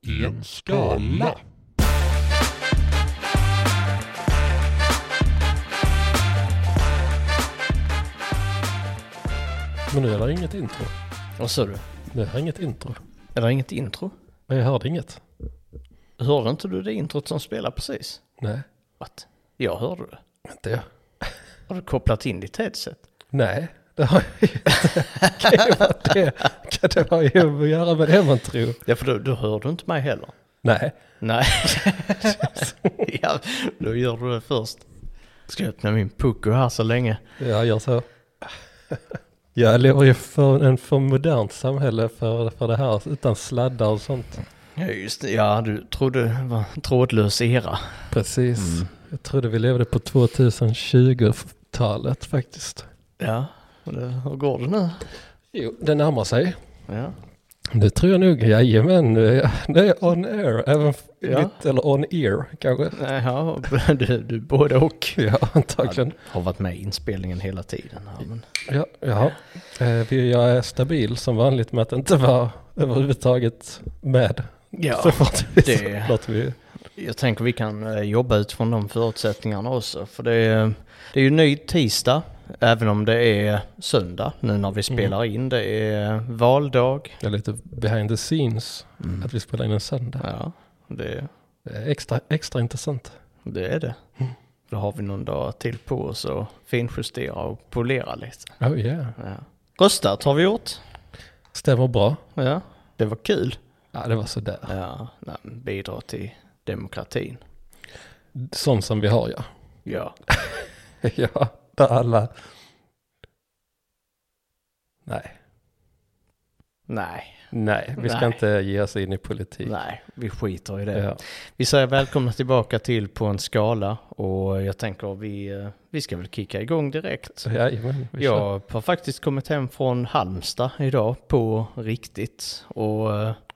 i en skala. Men nu är det inget intro. Vad sa du? Det är inget intro. Är det inget intro? Jag hörde inget. Hörde inte du det introt som spelar precis? Nej. What? Jag hörde det. Inte jag. Har du kopplat in ditt headset? Nej, det har jag inte. Kan det ha att göra med det man tror? Ja, för då hör du inte mig heller. Nej. Nej. Ja, då gör du det först. Ska jag öppna min pucko här så länge? Jag gör så. Jag lever ju för modernt samhälle för det här utan sladdar och sånt. Ja, just det. Ja, du trodde det var en trådlös era. Precis. Jag trodde vi levde på 2020-talet faktiskt. Ja, hur går det nu? Jo, det närmar sig. Ja. Det tror jag nog, jajamän, det är on air, även eller on ear kanske. Ja, du både och. Ja, antagligen. Jag har varit med i inspelningen hela tiden. Här, men... Ja. Jag är stabil som vanligt med att inte vara överhuvudtaget med. Ja, så det... Jag tänker vi kan jobba utifrån de förutsättningarna också. För det är ju ny tisdag. Även om det är söndag nu när vi spelar in. Det är valdag. Det är lite behind the scenes att vi spelar in en söndag. Ja, det är extra intressant. Det är det. Då har vi någon dag till på oss att finjustera och polera lite. Oh yeah. Ja. Röstat har vi gjort. Stämmer bra. Ja, det var kul. Ja, det var sådär. Ja, bidra till demokratin. Sånt som vi har, ja. Ja. Ja, där alla... Nej, vi ska inte ge oss in i politik. Nej, vi skiter i det. Ja. Vi säger välkomna tillbaka till På en skala. Och jag tänker vi ska väl kicka igång direkt. Jajamän, jag har faktiskt kommit hem från Halmstad idag på riktigt. Och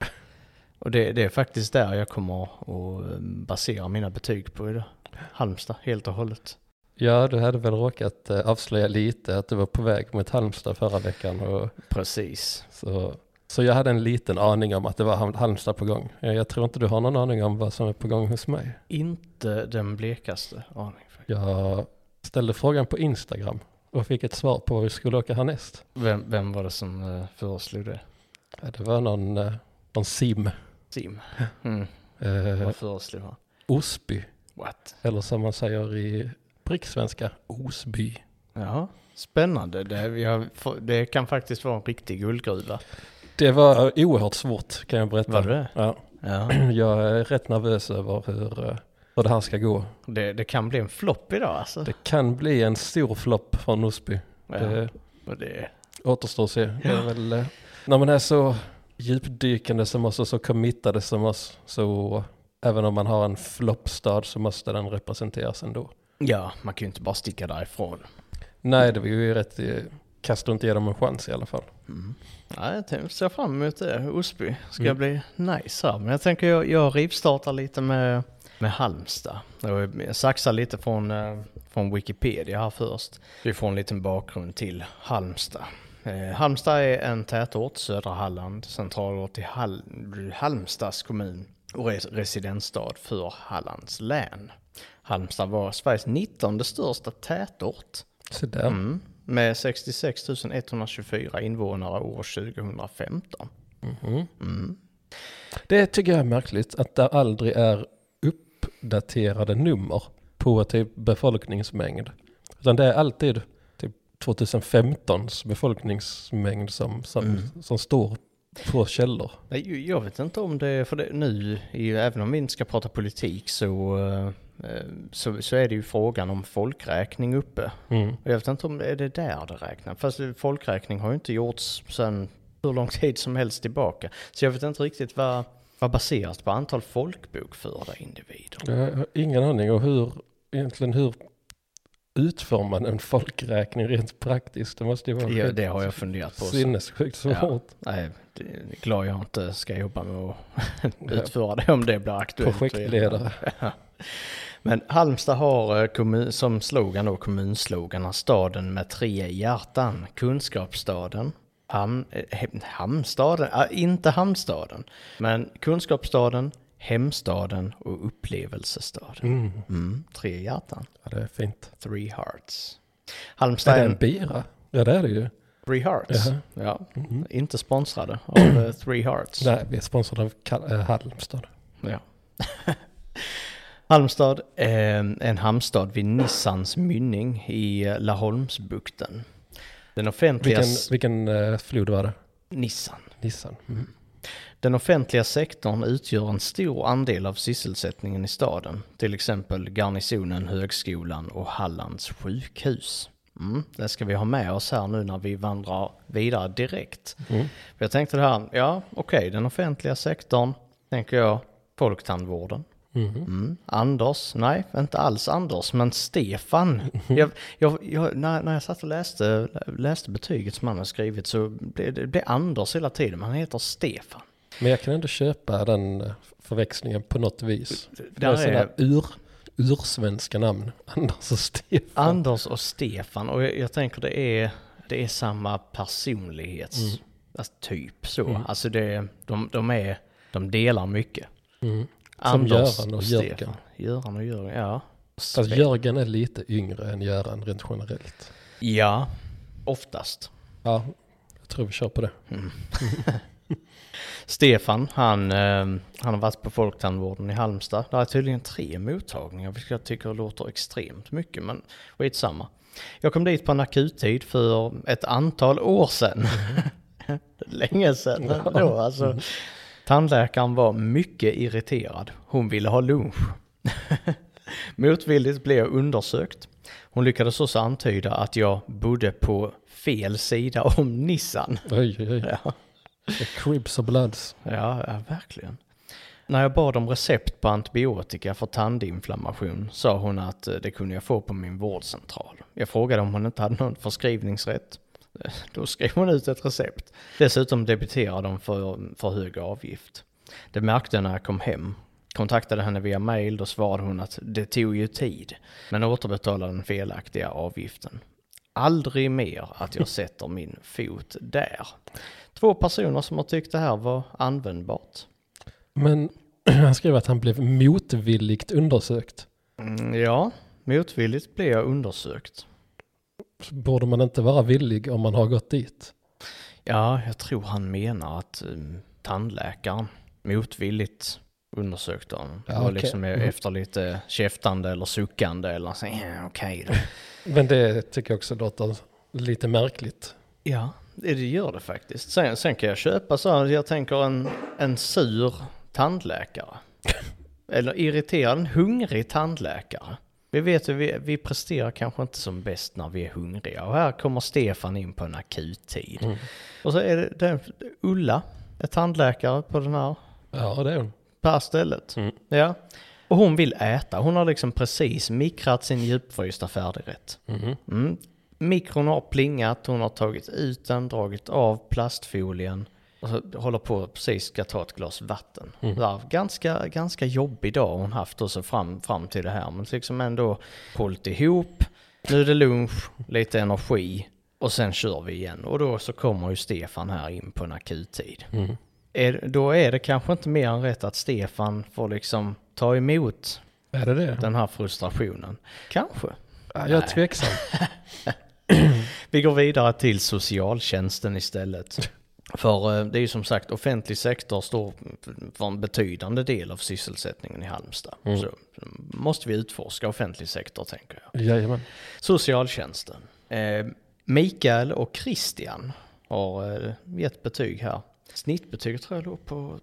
det är faktiskt där jag kommer att basera mina betyg på idag. Halmstad, helt och hållet. Ja, du hade väl råkat avslöja lite att du var på väg mot Halmstad förra veckan. Och precis. Så jag hade en liten aning om att det var Halmstad på gång. Jag tror inte du har någon aning om vad som är på gång hos mig. Inte den blekaste aning. Jag ställde frågan på Instagram och fick ett svar på var vi skulle åka härnäst. Vem var det som föreslog det? Ja, det var någon sim. Sim? Vad föreslog han? Osby. What? Eller som man säger i pricksvenska, Osby. Ja, spännande. Det kan faktiskt vara en riktig guldgruva. Det var oerhört svårt, kan jag berätta. Var det? Ja. Jag är rätt nervös över hur det här ska gå. Det kan bli en flopp idag alltså. Det kan bli en stor flopp från Osby. Ja. Det återstår att se. Det är väl, när man är så djupdykande som oss och så committade som oss, så även om man har en floppstad så måste den representeras ändå. Ja, man kan ju inte bara sticka därifrån. Nej, det var ju rätt... Kastar inte ge dem en chans i alla fall. Nej, jag ser fram emot det. Osby ska bli nice här. Men jag tänker jag rivstartar lite med Halmstad. Jag saxar lite från Wikipedia här först. Vi får en liten bakgrund till Halmstad. Halmstad är en tätort, södra Halland, centralort i Halmstads kommun och residensstad för Hallands län. Halmstad var Sveriges 19:e största tätort. Så där. Med 66 124 invånare år 2015. Det tycker jag är märkligt att det aldrig är uppdaterade nummer på typ befolkningsmängd. Utan det är alltid typ 2015s befolkningsmängd som står på källor. Jag vet inte om det, för det nu, även om vi inte ska prata politik så är det ju frågan om folkräkning uppe. Jag vet inte om det är det där det räknar. Fast folkräkning har ju inte gjorts sedan hur lång tid som helst tillbaka. Så jag vet inte riktigt vad baseras på antal folkbokförda individer. Jag har ingen aning om hur utformar en folkräkning rent praktiskt. Det måste ju vara det har jag funderat på. Sinnessjukt svårt. Nej, det är glad jag inte ska jobba med att utföra det om det blir aktuellt. Projektledare. Men Halmstad har som slogan då kommunslogan staden med 3 hjärtan. Kunskapsstaden, Hamnstaden, inte Hamnstaden, men kunskapsstaden, hemstaden och upplevelsestaden. 3 hjärtan. Ja, det är fint. 3 hearts. Är Halmstad det är en bira? Ja, det är det ju. 3 hearts. Jaha. Ja, inte sponsrade av 3 hearts. Nej, vi är sponsrade av Halmstad. Ja. Halmstad är en hamnstad vid Nissans mynning i Laholmsbukten. Den offentliga... Vilken flod var det? Nissan. Nissan. Den offentliga sektorn utgör en stor andel av sysselsättningen i staden. Till exempel Garnisonen, Högskolan och Hallands sjukhus. Det ska vi ha med oss här nu när vi vandrar vidare direkt. För jag tänkte det här, den offentliga sektorn, tänker jag, folktandvården. Anders, nej inte alls Anders, men Stefan. När jag satt och läste betyget som han har skrivit så blev det Anders hela tiden, men han heter Stefan. Men jag kan ändå köpa den förväxlingen på något vis. Det är sådana ursvenska namn. Anders och Stefan. Anders och Stefan, och jag tänker det är samma personlighets typ så. Alltså de delar mycket. Som Göran och Jörgen. Göran och Jörgen, ja. Fast Jörgen är lite yngre än Göran rent generellt. Ja, oftast. Ja, jag tror vi kör på det. Stefan, han har varit på folktandvården i Halmstad. Det är tydligen 3 mottagningar, vilket jag tycker låter extremt mycket, men skitsamma. Jag kom dit på en akuttid för ett antal år sedan. Länge sedan då, alltså. Tandläkaren var mycket irriterad. Hon ville ha lunch. Motvilligt blev jag undersökt. Hon lyckades också antyda att jag bodde på fel sida om Nissan. Oj. Ja. Cribs och bloods. Ja, verkligen. När jag bad om recept på antibiotika för tandinflammation sa hon att det kunde jag få på min vårdcentral. Jag frågade om hon inte hade någon förskrivningsrätt. Då skrev hon ut ett recept. Dessutom debiterade de för hög avgift. Det märkte när jag kom hem. Kontaktade henne via mail, då svarade hon att det tog ju tid. Men återbetalade den felaktiga avgiften. Aldrig mer att jag sätter min fot där. 2 personer som har tyckt det här var användbart. Men han skrev att han blev motvilligt undersökt. Ja, motvilligt blev jag undersökt. Borde man inte vara villig om man har gått dit? Ja, jag tror han menar att tandläkaren motvilligt undersökte honom. Ja, och liksom efter lite käftande eller suckande eller så, okej då. Men det tycker jag också låter lite märkligt. Ja, det gör det faktiskt. Sen kan jag köpa så jag tänker en sur tandläkare. Eller irriterad, en hungrig tandläkare. Vi vet att vi presterar kanske inte som bäst när vi är hungriga. Och här kommer Stefan in på en akuttid. Och så är det Ulla, ett tandläkare på den här. Ja, det är hon. På här stället. Ja. Och hon vill äta. Hon har liksom precis mikrat sin djupfrysta färdigrätt. Mikron har plingat. Hon har tagit ut den, dragit av plastfolien. Och så håller på precis ska ta ett glas vatten. Ganska jobbig dag hon haft och så fram till det här. Men liksom ändå hållit ihop. Nu är det lunch, lite energi. Och sen kör vi igen. Och då så kommer ju Stefan här in på en akuttid. Då är det kanske inte mer än rätt att Stefan får liksom ta emot den här frustrationen. Kanske. Ja, jag är tveksam. Vi går vidare till socialtjänsten istället. För det är ju som sagt, offentlig sektor står för en betydande del av sysselsättningen i Halmstad. Så måste vi utforska offentlig sektor, tänker jag. Jajamän. Socialtjänsten. Mikael och Christian har gett betyg här. Snittbetyg tror jag låg på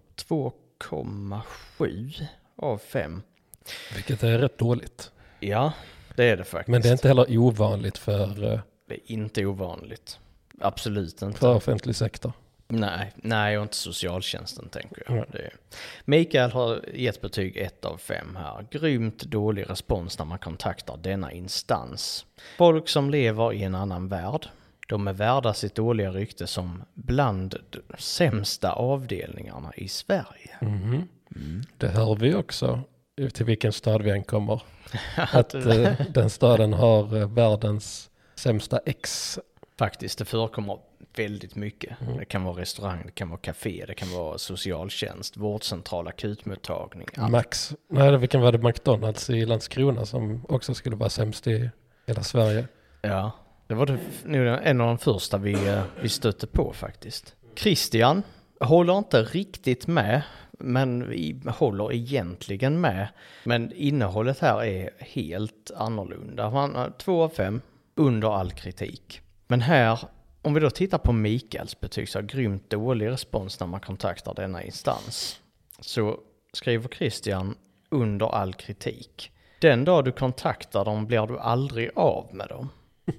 2,7 av 5. Vilket är rätt dåligt. Ja, det är det faktiskt. Men det är inte heller ovanligt för... Det är inte ovanligt. Absolut inte. För offentlig sektor. Nej, och inte socialtjänsten tänker jag. Mikael har gett betyg 1 av 5 här. Grymt dålig respons när man kontaktar denna instans. Folk som lever i en annan värld. De är värda sitt dåliga rykte som bland de sämsta avdelningarna i Sverige. Det hör vi också till vilken stad vi än kommer. Att den staden har världens sämsta Faktiskt, det förekommer väldigt mycket. Det kan vara restaurang, det kan vara café, det kan vara socialtjänst, vårdcentral, akutmottagning. Max. Nej, vilken var det? McDonalds i Landskrona som också skulle vara sämst i hela Sverige. Ja, det var nu en av de första vi stötte på faktiskt. Christian håller inte riktigt med, men vi håller egentligen med. Men innehållet här är helt annorlunda. Han har 2 av 5 under all kritik. Men här, om vi då tittar på Mikaels betyg, så har grymt dålig respons när man kontaktar denna instans. Så skriver Christian under all kritik. Den dag du kontaktar dem blir du aldrig av med dem.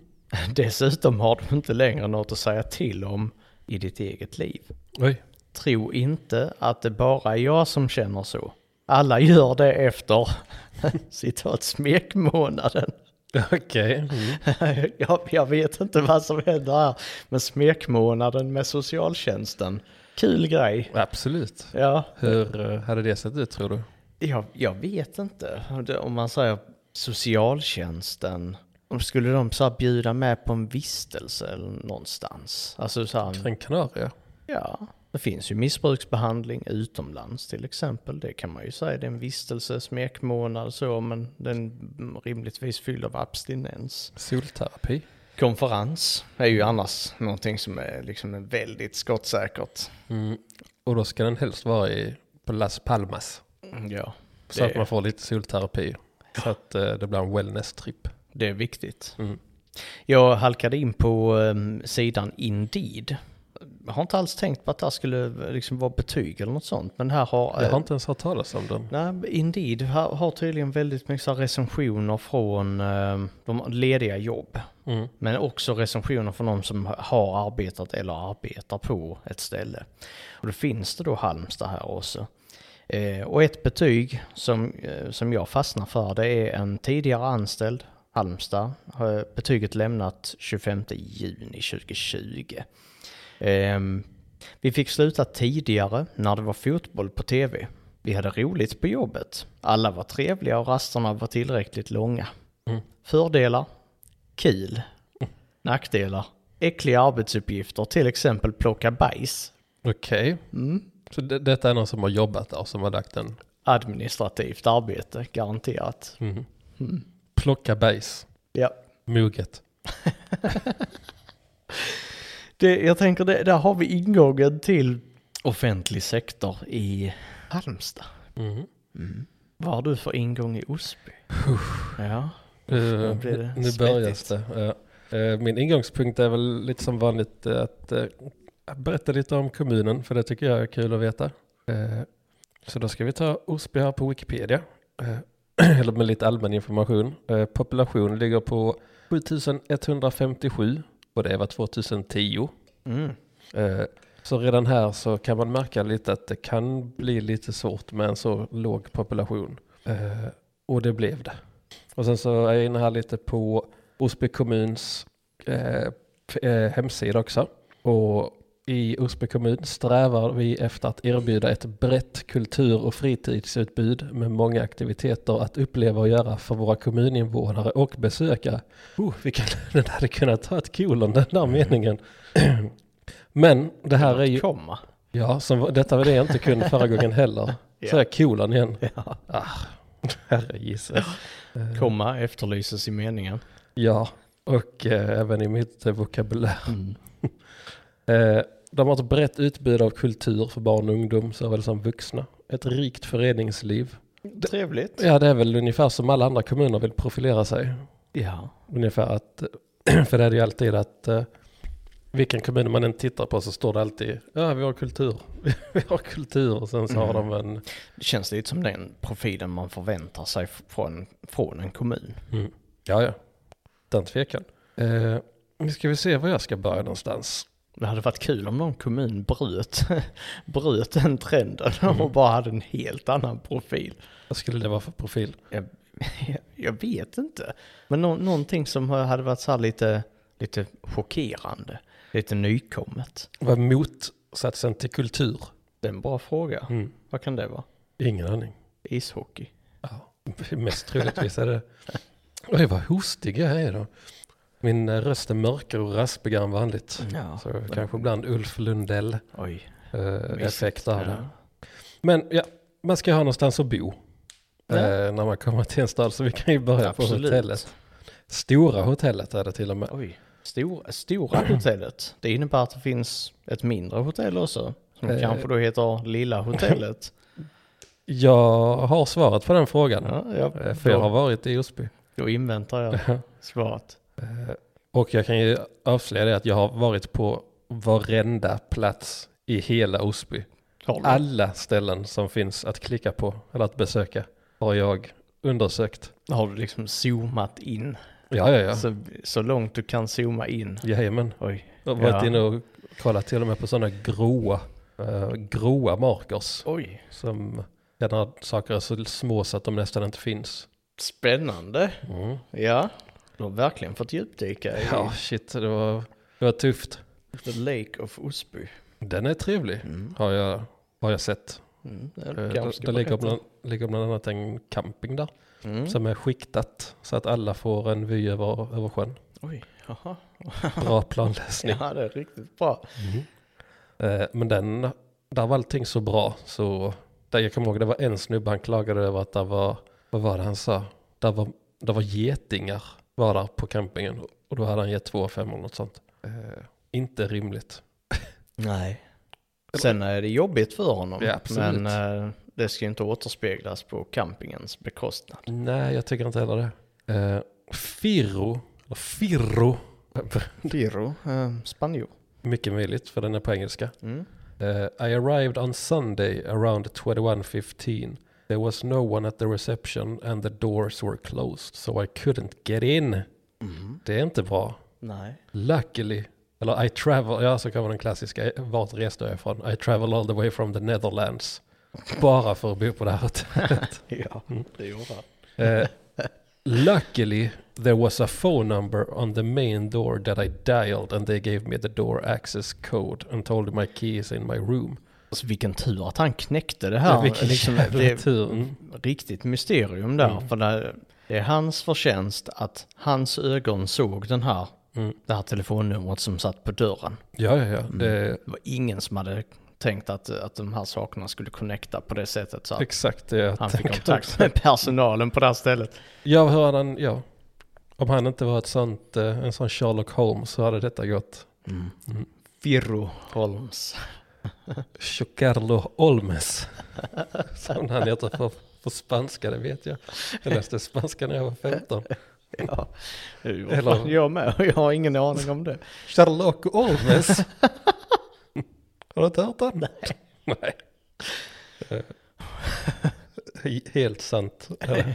Dessutom har du inte längre något att säga till om i ditt eget liv. Oj. Tro inte att det bara är jag som känner så. Alla gör det efter citat smekmånaden. Okej. Jag vet inte vad som händer här med smekmånaden med socialtjänsten. Kul grej. Absolut. Ja. Hur hade det sett ut, tror du? Jag vet inte. Om man säger socialtjänsten, skulle de så här bjuda med på en vistelse eller någonstans? Alltså så här, Gran Canaria. ja, det finns ju missbruksbehandling utomlands till exempel. Det kan man ju säga, det är en vistelse, smekmånad så, men den rimligtvis fylld av abstinens. Solterapi. Konferens är ju annars någonting som är liksom väldigt skottsäkert. Och då ska den helst vara på Las Palmas. Ja, Så att man får lite solterapi. Så att det blir en wellness-trip. det är viktigt. Jag halkade in på sidan Indeed. Jag har inte alls tänkt på att det skulle liksom vara betyg eller något sånt. Men här har... Jag har inte ens hört talas om den. Nej, Indeed har tydligen väldigt mycket så här recensioner från de lediga jobb. Men också recensioner från de som har arbetat eller arbetar på ett ställe. Och då finns det då Halmstad här också. Och ett betyg som jag fastnar för, det är en tidigare anställd Halmstad. Betyget lämnat 25 juni 2020. Vi fick sluta tidigare när det var fotboll på tv. Vi hade roligt på jobbet. Alla var trevliga och rasterna var tillräckligt långa. Fördelar? Kul. Nackdelar? Äckliga arbetsuppgifter, till exempel plocka bajs. Okej. Så detta är någon som har jobbat där, som har lagt en... Administrativt arbete, garanterat. Plocka bajs. Ja. Moget. Jag tänker, där har vi ingången till offentlig sektor i Halmstad. Vad har du för ingång i Osby? Ja. Nu börjar det. Min ingångspunkt är väl lite som vanligt att berätta lite om kommunen, för det tycker jag är kul att veta. Så då ska vi ta Osby här på Wikipedia. Eller med lite allmän information. Population ligger på 7157 och det var 2010. Så redan här så kan man märka lite att det kan bli lite svårt med en så låg population. Och det blev det. Och sen så är jag inne här lite på Osby kommuns hemsida också. Och i Osby kommun strävar vi efter att erbjuda ett brett kultur- och fritidsutbud med många aktiviteter att uppleva och göra för våra kommuninvånare och besökare. Den hade kunnat ta ett kolon, den där meningen. Men det här är ju... Komma. Ja, detta var det jag inte kunde förra gången heller. Så är kolon igen. Ja. Herre Jesus. Komma efterlyses i meningen. Ja, och även i mitt vokabulär. De har ett brett utbud av kultur för barn och ungdom såväl som vuxna. Ett rikt föreningsliv. Trevligt. Ja, det är väl ungefär som alla andra kommuner vill profilera sig. Ja. Ungefär att, för det är ju alltid att vilken kommun man än tittar på så står det alltid, ja vi har kultur. Vi har kultur och sen så har de en... Det känns lite som den profilen man förväntar sig från en kommun. Ja. Den tvekan. Nu ska vi se var jag ska börja någonstans. Det hade varit kul om någon kommun bröt den trenden och bara hade en helt annan profil. Vad skulle det vara för profil? Jag vet inte. Men någonting som hade varit så här lite chockerande. Lite nykommet. Vad är motsatsen till kultur? Det är en bra fråga. Vad kan det vara? Ingen aning. Ishockey. Ja, mest troligtvis är det... Oj, vad hostig jag är då. Min röst är mörkare och raspigare än vanligt. Ja. Så kanske ibland Ulf Lundell Oj. effekt av Ja. det. Men ja, man ska ha någonstans att bo när man kommer till en stad. Så vi kan ju börja på hotellet. Stora hotellet är det till och med. Oj. Stora hotellet. Det innebär att det finns ett mindre hotell också. Som kanske då heter Lilla hotellet. Jag har svaret på den frågan. Ja, För jag har varit i Osby. Då inväntar jag svaret. Och jag kan ju avslöja det att jag har varit på varenda plats i hela Osby. Alla ställen som finns att klicka på eller att besöka har jag undersökt. Har du liksom zoomat in? Ja. Så långt du kan zooma in. Jajamän. Oj. Jag har varit inne och kollat till och med på sådana gråa markers. Oj. Som när saker är så små så att de nästan inte finns. Spännande. Ja. Du har verkligen fått djupdyka i Ja, shit. Det var tufft. The Lake of Osby. Den är trevlig, har jag sett. Det ligger bland annat en camping där som är skiktat så att alla får en vy över sjön. Oj, jaha. Bra planlösning. Ja, det är riktigt bra. Men där var allting så bra så där jag kommer ihåg det var en snubbe han klagade över att vad var det han sa? Där var getingar var där på campingen och då hade han gett 2,5 eller något sånt. Inte rimligt. Nej. Sen är det jobbigt för honom. Ja, absolut. Men det ska ju inte återspeglas på campingens bekostnad. Nej, jag tycker inte heller det. Firro. Spanjor. Mycket möjligt för den är på engelska. I arrived on Sunday around 21:15. There was no one at the reception and the doors were closed so I couldn't get in. Det är inte bra. Nej. Luckily, eller I travel, så kan vara den klassiska, vart reste jag ifrån? I travel all the way from the Netherlands. Bara för att bo på det här hotellet. Ja, det gjorde han. Luckily, there was a phone number on the main door that I dialed and they gave me the door access code and told my key is in my room. Alltså vilken tur att han knäckte det här. Det är riktigt mysterium där. För det är hans förtjänst att hans ögon såg det här telefonnumret som satt på dörren. Ja. Det var ingen som hade tänkt att de här sakerna skulle connecta på det sättet. Så exakt det han fick kontakt med personalen på det här stället. Om han inte var en sån Sherlock Holmes så hade detta gått. Firro Holmes. Chocarlo Olmes. Som han heter på spanska, det vet jag. Jag läste spanska när jag var 15. Ja, eller jag med. Jag har ingen aning om det. Sherlock Olmes. Har du inte hört den? Nej. Helt sant.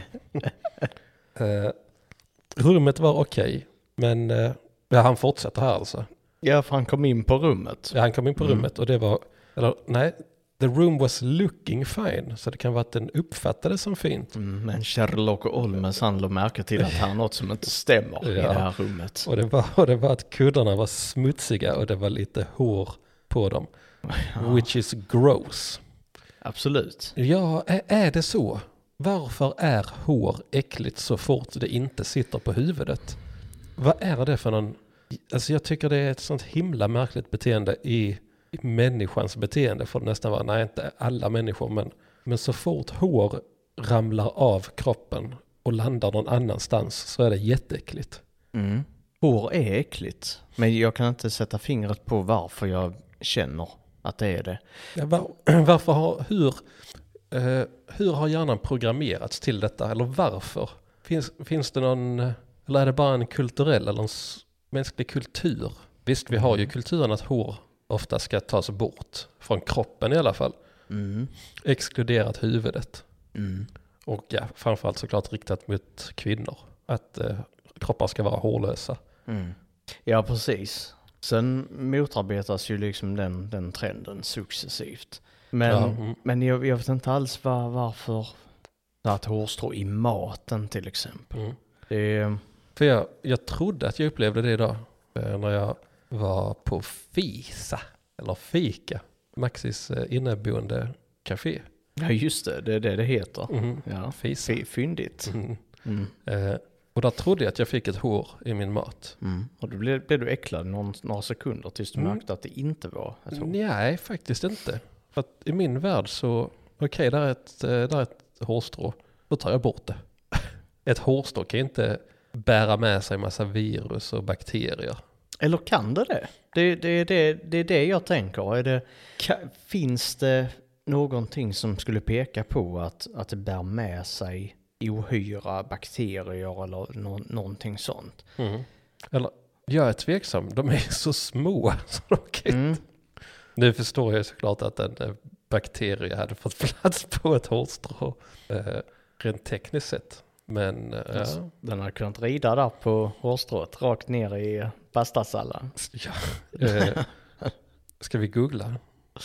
Rummet var okej. Men han fortsätter här alltså. Ja, för han kom in på rummet. Ja, han kom in på rummet och det var... the room was looking fine. Så det kan vara att den uppfattades som fint. Men Sherlock Holmes han lade märke till att han har något som inte stämmer i det här rummet. Och det var att kuddarna var smutsiga och det var lite hår på dem. Which is gross. Absolut. Ja, är det så? Varför är hår äckligt så fort det inte sitter på huvudet? Vad är det för någon... Alltså jag tycker det är ett sånt himla märkligt beteende i människans beteende. Får det nästan vara, nej inte alla människor, men så fort hår ramlar av kroppen och landar någon annanstans så är det jätteäckligt. Hår är äckligt. Men jag kan inte sätta fingret på varför jag känner att det är det. Ja, hur har hjärnan programmerats till detta? Eller varför? Finns det någon, eller är det bara en kulturell eller en mänsklig kultur? Visst, vi har ju kulturen att hår ofta ska tas bort från kroppen i alla fall. Exkluderat huvudet. Och ja, framförallt såklart riktat mot kvinnor. Att kroppar ska vara hårlösa. Ja, precis. Sen motarbetas ju liksom den trenden successivt. Men jag vet inte alls varför att hårstrå i maten till exempel. För jag trodde att jag upplevde det idag när jag var på Fika. Maxis inneboende café. Ja just det, det är det heter. Ja, Fisa. Fyndigt. Och där trodde jag att jag fick ett hår i min mat. Och då blev du äcklad några sekunder tills du märkte att det inte var ett hår. Nej, faktiskt inte. För att i min värld så, okej, där är ett hårstrå. Då tar jag bort det. Ett hårstrå kan inte bära med sig massa virus och bakterier. Eller kan det det? Det är det jag tänker. Finns det någonting som skulle peka på att det bär med sig ohyra bakterier eller någonting sånt? Eller, jag är tveksam. De är så små. Så de kan inte. Nu förstår jag såklart att en bakterie hade fått plats på ett hårstrå. Rent tekniskt sett. Men ja. Den har kunnat rida där på hårstrået rakt ner i pastasalladen. Ja. Ska vi googla?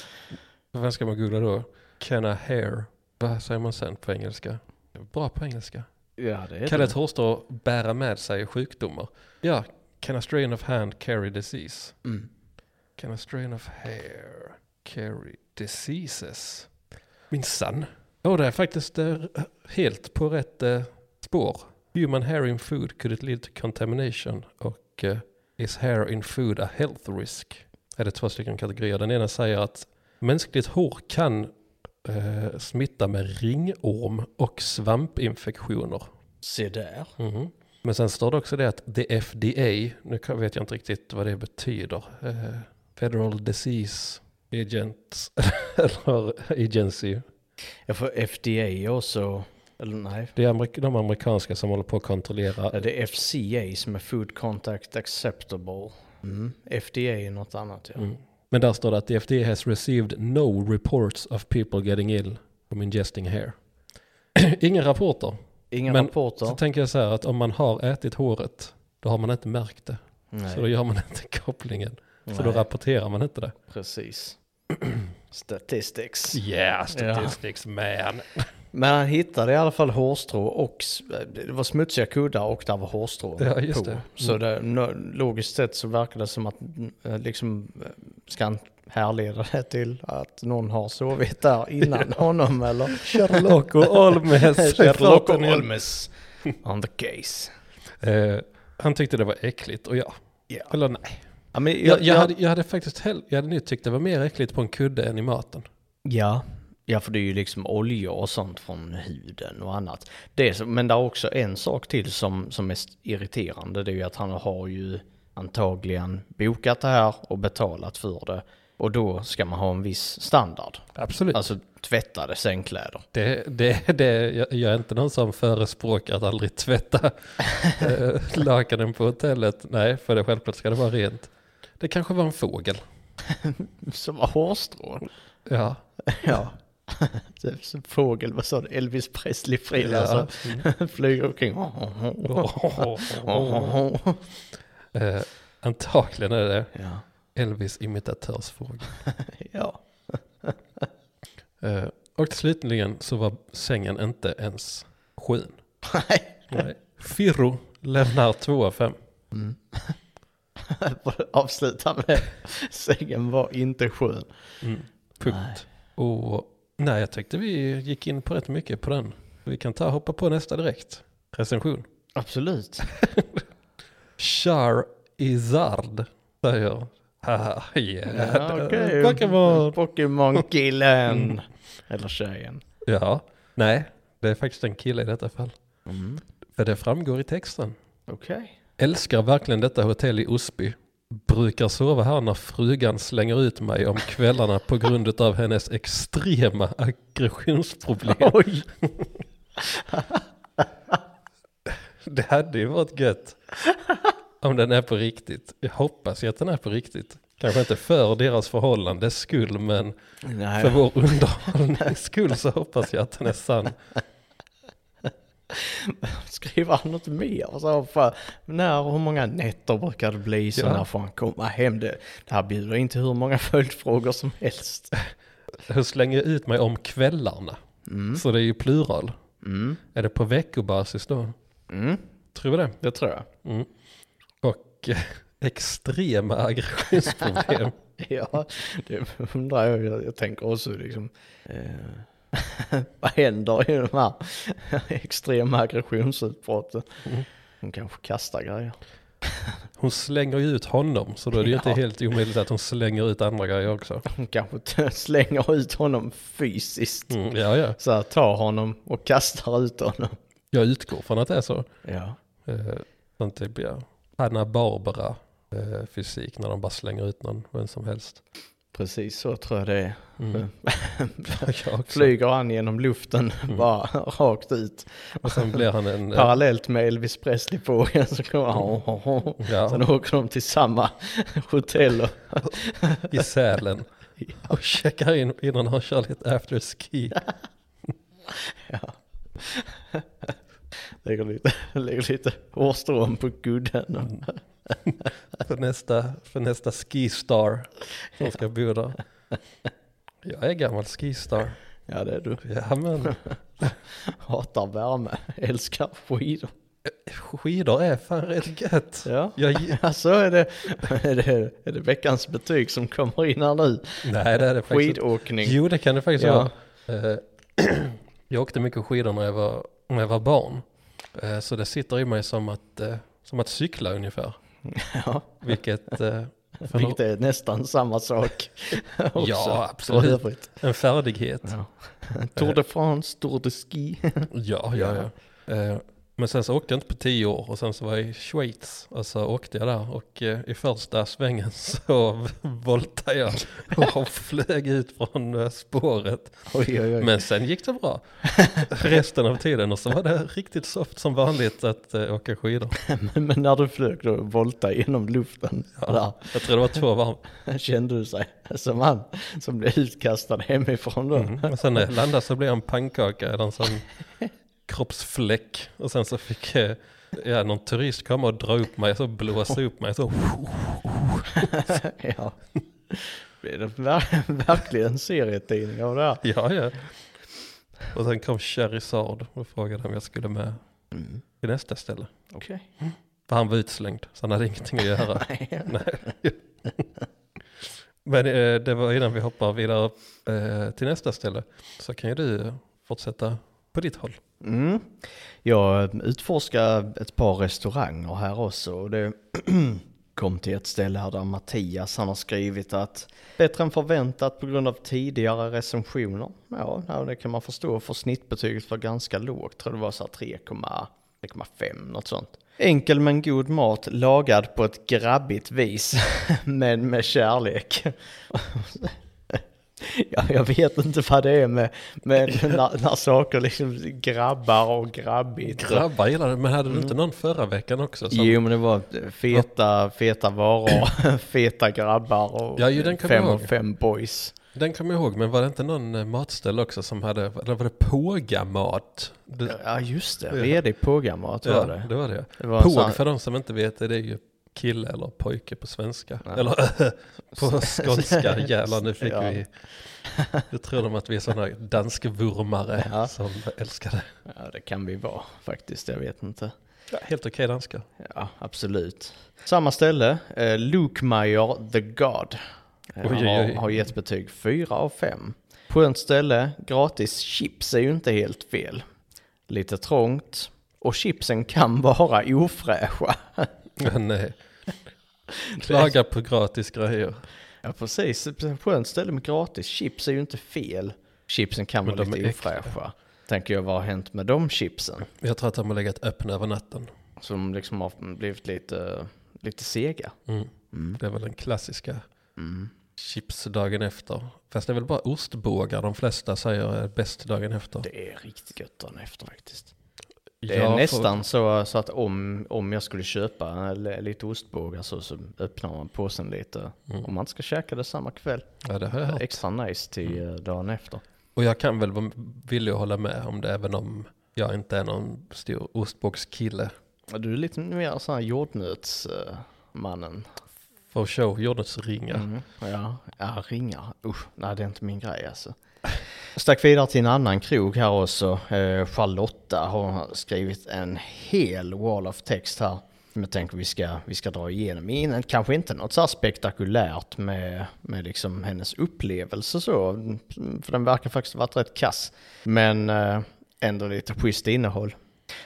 Vad ska man googla då? Can a hair? Vad säger man sen på engelska? Bra på engelska. Ja, det är kan ett hårstrå bära med sig sjukdomar? Ja. Can a strain of hand carry disease? Can a strain of hair carry diseases? Minsann. Det är faktiskt helt på rätt spår. Human hair in food, could it lead to contamination? Och is hair in food a health risk? Är det 2 stycken kategorier. Den ena säger att mänskligt hår kan smitta med ringorm och svampinfektioner. Se där. Men sen står det också det att the FDA, nu vet jag inte riktigt vad det betyder, Federal Disease Agents eller Agency. Ja, för FDA också, eller nej. Det är de amerikanska som håller på att kontrollera. Ja, det är FCA som är Food Contact Acceptable. FDA är något annat, ja. Men där står det att the FDA has received no reports of people getting ill from ingesting hair. Ingen rapporter. Inga men rapporter. Så tänker jag så här att om man har ätit håret, då har man inte märkt det. Nej. Så då gör man inte kopplingen. Nej. Så då rapporterar man inte det. Precis. Statistics. Yeah, statistics man. Men han hittade i alla fall hårstrå och det var smutsiga kuddar och där var hårstrå just på. det. Så det, logiskt sett så verkar det som att liksom ska han härleda det till att någon har sovit där innan honom eller Sherlock Holmes. Sherlock Holmes on the case. Han tyckte det var äckligt och ja. Eller nej. Ja, men jag hade faktiskt jag hade nu tyckt det var mer äckligt på en kudde än i maten. Ja, för det är ju liksom olja och sånt från huden och annat. Men det är också en sak till som är irriterande. Det är ju att han har ju antagligen bokat det här och betalat för det. Och då ska man ha en viss standard. Absolut. Alltså tvättade sängkläder. Jag är inte någon som förespråkar att aldrig tvätta lakanen på hotellet. Nej, för det självklart ska det vara rent. Det kanske var en fågel. Som var hårstrån. Ja. Fågel, vad sa du? Elvis Presley-frilla så flyger omkring. Antagligen är det Elvis imitatörsfågel. Ja. Och slutligen så var sängen inte ens skön. Nej. Firro lämnar 2 av 5. Avsluta med sängen var inte skön. Punkt. Nej. Och nej, jag tyckte vi gick in på rätt mycket på den. Vi kan hoppa på nästa direkt. Recension. Absolut. Charizard säger. Pokémon-killen. Eller tjejen. Ja, nej. Det är faktiskt en kille i detta fall. För det framgår i texten. Okej. Älskar verkligen detta hotell i Osby. Brukar sova här när frugan slänger ut mig om kvällarna på grund av hennes extrema aggressionsproblem. Oj. Det hade ju varit gött om den är på riktigt. Jag hoppas ju att den är på riktigt. Kanske inte för deras förhållande skull, men för vår underhållnings skull så hoppas jag att den är sann. Skriver han något mer? Så hur många nätter brukar det bli så när får han komma hem? Det här bjuder inte hur många följdfrågor som helst. Hur slänger jag ut mig om kvällarna? Så det är ju plural. Är det på veckobasis då? Tror vi det? Det tror jag. Och extrema aggressionsproblem. Ja, det undrar jag. Jag tänker också liksom... vad händer i de här extrema aggressionsutbrotten? Hon kanske kastar grejer. Hon slänger ju ut honom, så då är det ju inte helt omöjligt att hon slänger ut andra grejer också. Hon kanske slänger ut honom fysiskt. Ja. Så här, tar honom och kastar ut honom. Jag utgår från att det är så. Ja. Sånt typ, Hanna Barbara fysik när de bara slänger ut någon, vem som helst. Precis så tror jag det är. Jag Flyger han genom luften bara rakt ut. Och sen blir han en... Parallellt med Elvis Presley på så kommer Sen åker de till samma hotell. I Sälen. Och checkar in innan han kör lite afterski. Ja. Lägger lite hårstrån på gudden. för nästa skistar som ska bo där. Jag är gammal skistar. Ja, det är du. Ja, men... Hatar värme, älskar skidor. Skidor är fan rätt gött. Ja, alltså är det veckans betyg som kommer in här nu? Nej, det är det faktiskt. Skidåkning. Jo, det kan det faktiskt vara. Jag åkte mycket skidor när jag var barn. Så det sitter i mig som att cykla ungefär. Ja. Vilket är nästan samma sak. Ja, absolut. En färdighet. Ja. Tour de France, Tour de Ski. Ja. Men sen så åkte jag inte på 10 år och sen så var jag i Schweiz och så åkte jag där och i första svängen så voltade jag och flög ut från spåret. Oj. Men sen gick det bra resten av tiden och så var det riktigt soft som vanligt att åka skidor. Men när du flög då voltade genom luften? Ja, jag tror det var 2 varv. Kände du sig som han som blev utkastad hemifrån då? Och sen när jag landade så blev jag en pannkaka eller en sån kroppsfläck och sen så fick någon turist komma och dra upp mig och så blåsa upp mig så. Ja. Det är verkligen en serietidning av det här. Ja. Och sen kom Charizard och frågade om jag skulle med till nästa ställe. Okej. För han var utslängd så han hade ingenting att göra. Nej. Men det var innan vi hoppar vidare till nästa ställe så kan ju du fortsätta på ditt håll. Jag utforskar ett par restauranger här också och det kom till ett ställe här där Mattias han har skrivit att bättre än förväntat på grund av tidigare recensioner. Ja, det kan man förstå för snittbetyget var ganska lågt, tror det var så 3,5 något sånt. Enkel men god mat lagad på ett grabbigt vis men med kärlek. Ja, jag vet inte vad det är med när saker liksom grabbar och grabbigt. Grabbar gillar det, men hade du inte någon förra veckan också? Som... Jo, men det var feta varor, feta grabbar och 5 och 5 boys. Den kommer jag ihåg, men var det inte någon matställe också som hade, eller var det Pågamat? Ja, just det. Redig Pågamat var det. Det var det. Påg, för de som inte vet, det är ju kille eller pojke på svenska. Ja. Eller på skånska. Jävlar, nu fick vi... Jag tror de att vi är sådana danskvurmare som älskar det. Ja, det kan vi vara faktiskt. Jag vet inte. Ja, helt okej danska. Ja, absolut. Samma ställe. Lukemeier the God. Har gett betyg 4 av 5. På ett ställe, gratis chips är ju inte helt fel. Lite trångt. Och chipsen kan vara ofräscha. Nej. Klaga på gratis grejer. Ja, precis. På ett ställe med gratis chips är ju inte fel. Chipsen kan vara lite ofräscha. Tänker jag, vad har hänt med de chipsen? Jag tror att de har legat öppna över natten. Som liksom har blivit lite sega. Det är väl den klassiska chips dagen efter. Fast det är väl bara ostbågar de flesta säger är bäst dagen efter. Det är riktigt gött dagen efter faktiskt. Det är nästan så att om jag skulle köpa lite ostbågar så öppnar man påsen lite. Om man inte ska käka det samma kväll. Ja, det har jag hört. Extra nice till dagen efter. Och jag kan väl vara villig att hålla med om det, även om jag inte är någon stor ostbågskille. Du är lite mer sån här jordnötsmannen. For show, jordnötsringar. Ja, ringar. Nej, det är inte min grej alltså. Jag stack vidare till en annan krog här också. Charlotta har skrivit en hel wall of text här. Som jag tänker vi ska dra igenom. Kanske inte något så här spektakulärt med liksom hennes upplevelse så. För den verkar faktiskt ha varit rätt kass. Men ändå lite schysst innehåll.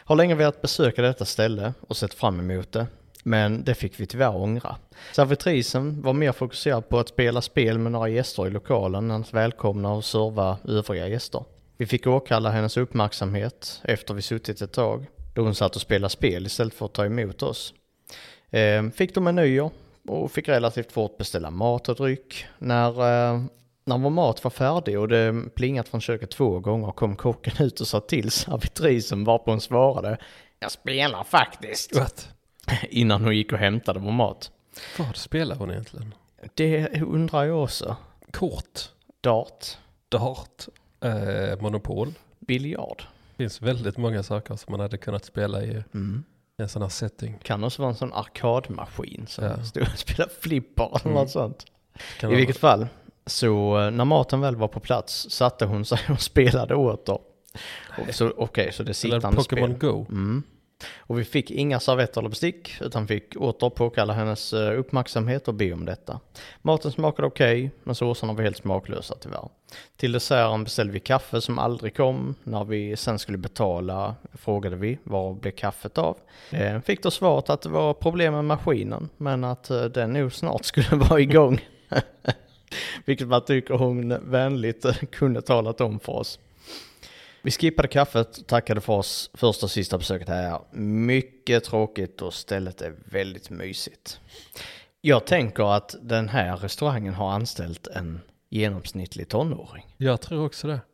Har länge velat besöka detta ställe och sett fram emot det. Men det fick vi tyvärr ångra. Servitrisen var mer fokuserad på att spela spel med några gäster i lokalen än att välkomna och serva övriga gäster. Vi fick åkalla hennes uppmärksamhet efter vi suttit ett tag, då hon satt och spelade spel istället för att ta emot oss. Fick de menyer och fick relativt fort beställa mat och dryck. När vår mat var färdig och det plingat från köket 2 gånger kom kocken ut och sa till servitrisen varpå hon svarade: jag spelar faktiskt. What? Innan hon gick och hämtade vår mat. Vad spelar hon egentligen? Det undrar jag också. Kort, Dart. Monopol. Biljard. Det finns väldigt många saker som man hade kunnat spela i en sån här setting. Kan också vara en sån arkadmaskin som stod och spelade flipper eller något sånt. Kan I vilket fall, så när maten väl var på plats satte hon sig och spelade åter. Så det sittande spel. Pokémon Go. Och vi fick inga servetter eller bestick utan fick åter påkalla hennes uppmärksamhet och be om detta. Maten smakade okej, men såserna var helt smaklösa tyvärr. Till desserten beställde vi kaffe som aldrig kom. När vi sen skulle betala frågade vi var blev kaffet av. Fick då svaret att det var problem med maskinen, men att den nog snart skulle vara igång. Vilket man tycker hon vänligt kunde talat om för oss. Vi skippade kaffet och tackade för oss första och sista besöket här. Mycket tråkigt och stället är väldigt mysigt. Jag tänker att den här restaurangen har anställt en genomsnittlig tonåring. Jag tror också det.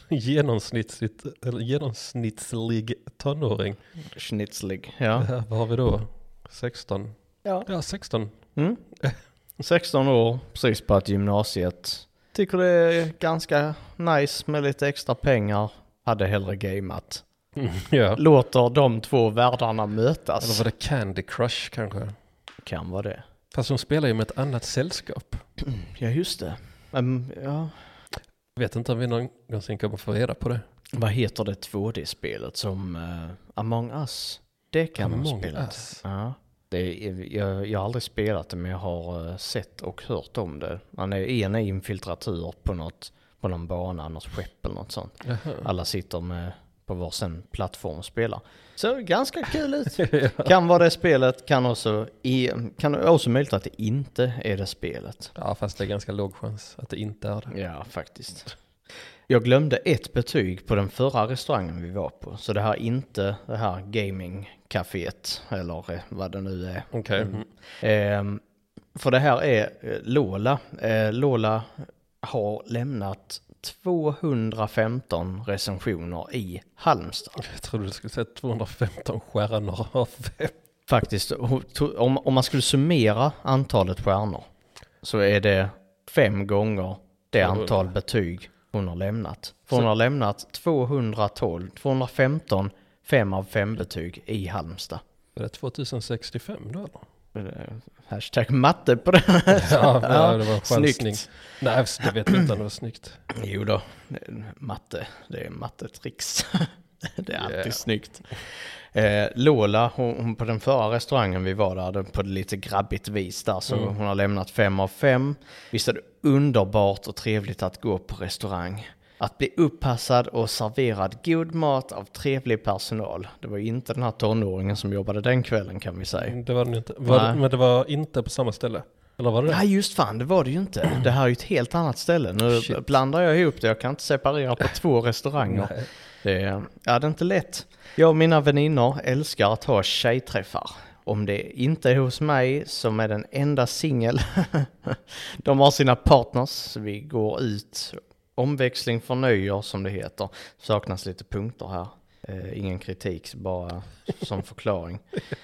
Genomsnittlig tonåring. Schnitzlig, ja. Vad har vi då? 16? Ja, 16. 16 år, precis på ett gymnasiet. Tycker det är ganska nice med lite extra pengar. Hade hellre gameat. Ja. Låter de två världarna mötas. Eller var det Candy Crush kanske? Kan vara det. Fast de spelar ju med ett annat sällskap. Ja, just det. Ja. Vet inte om vi någonsin kommer få reda på det. Vad heter det 2D-spelet som Among Us? Det kan man spela. Ja. Jag har aldrig spelat det, men jag har sett och hört om det. Man är en infiltratör på någon bana, något skepp eller något sånt. Jaha. Alla sitter på varsin plattform och spelar. Så ganska kul ut. Ja. Kan vara det spelet, kan också möjligt att det inte är det spelet. Ja, fast det är ganska låg chans att det inte är det. Ja, faktiskt. Jag glömde ett betyg på den förra restaurangen vi var på. Så det här är inte det här gaming-caféet eller vad det nu är. Okej. För det här är Lola. Lola har lämnat 215 recensioner i Halmstad. Jag trodde du skulle säga 215 stjärnor av 5. Faktiskt, om man skulle summera antalet stjärnor så är det 5 gånger det antal betyg hon har lämnat. För hon har lämnat 215 5 av 5 betyg i Halmstad. Är det 2065 då eller? Hashtag matte på det. Ja, det var en chansning. Snyggt. Nej, det vet jag inte om det var snyggt. Jo då, matte, det är mattetricks. Det är alltid snyggt. Lola, hon på den förra restaurangen vi var där på lite grabbigt vis där, så hon har lämnat 5 av 5. Visst är det underbart och trevligt att gå på restaurang. Att bli uppassad och serverad god mat av trevlig personal. Det var inte den här tonåringen som jobbade den kvällen, kan vi säga. Det var den inte. Men det var inte på samma ställe. Eller var det? Nej, just fan, det var det ju inte. Det här är ju ett helt annat ställe. Nu blandar jag ihop det. Jag kan inte separera på 2 restauranger. Det är inte lätt. Jag och mina väninnor älskar att ha tjejträffar. Om det inte är hos mig som är den enda singel. De har sina partners. Så vi går ut. Omväxling förnöjer, som det heter. Saknas lite punkter här. Ingen kritik, bara som förklaring.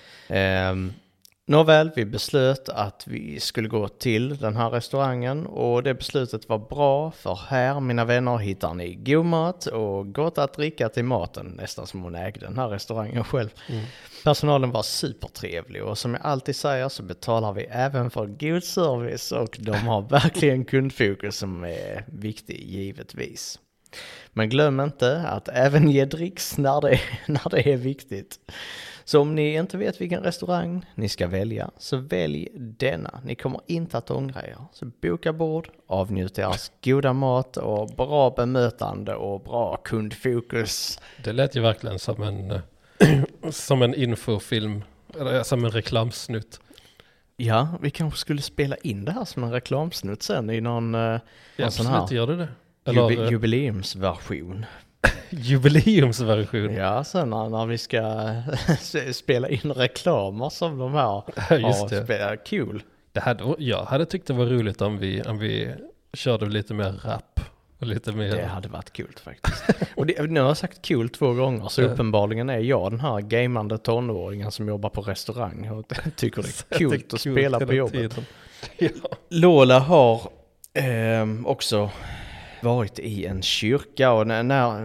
Nåväl, vi beslöt att vi skulle gå till den här restaurangen, och det beslutet var bra, för här, mina vänner, hittar ni god mat och gott att dricka till maten, nästan som hon ägde den här restaurangen själv. Personalen var supertrevlig, och som jag alltid säger så betalar vi även för god service, och de har verkligen kundfokus som är viktig, givetvis. Men glöm inte att även ge dricks när det är viktigt. Så om ni inte vet vilken restaurang ni ska välja, så välj denna. Ni kommer inte att ångra er. Så boka bord, avnjut deras goda mat och bra bemötande och bra kundfokus. Det lät ju verkligen som en som en infofilm, eller som en reklamsnutt. Ja, vi kanske skulle spela in det här som en reklamsnutt sen i någon sån här Gör du det? Eller, jubileumsversion. Jubileumsversion. Ja, sen när vi ska spela in reklamer som de här Just det. spelar. Kul. Jag hade tyckt det var roligt om vi körde lite mer rap. Och lite mer... Det hade varit kul faktiskt. Och nu har jag sagt kul 2 gånger, så uppenbarligen är jag den här gamande tonåringen som jobbar på restaurang och tycker det är kul att spela på jobbet. Ja. Lola har också varit i en kyrka och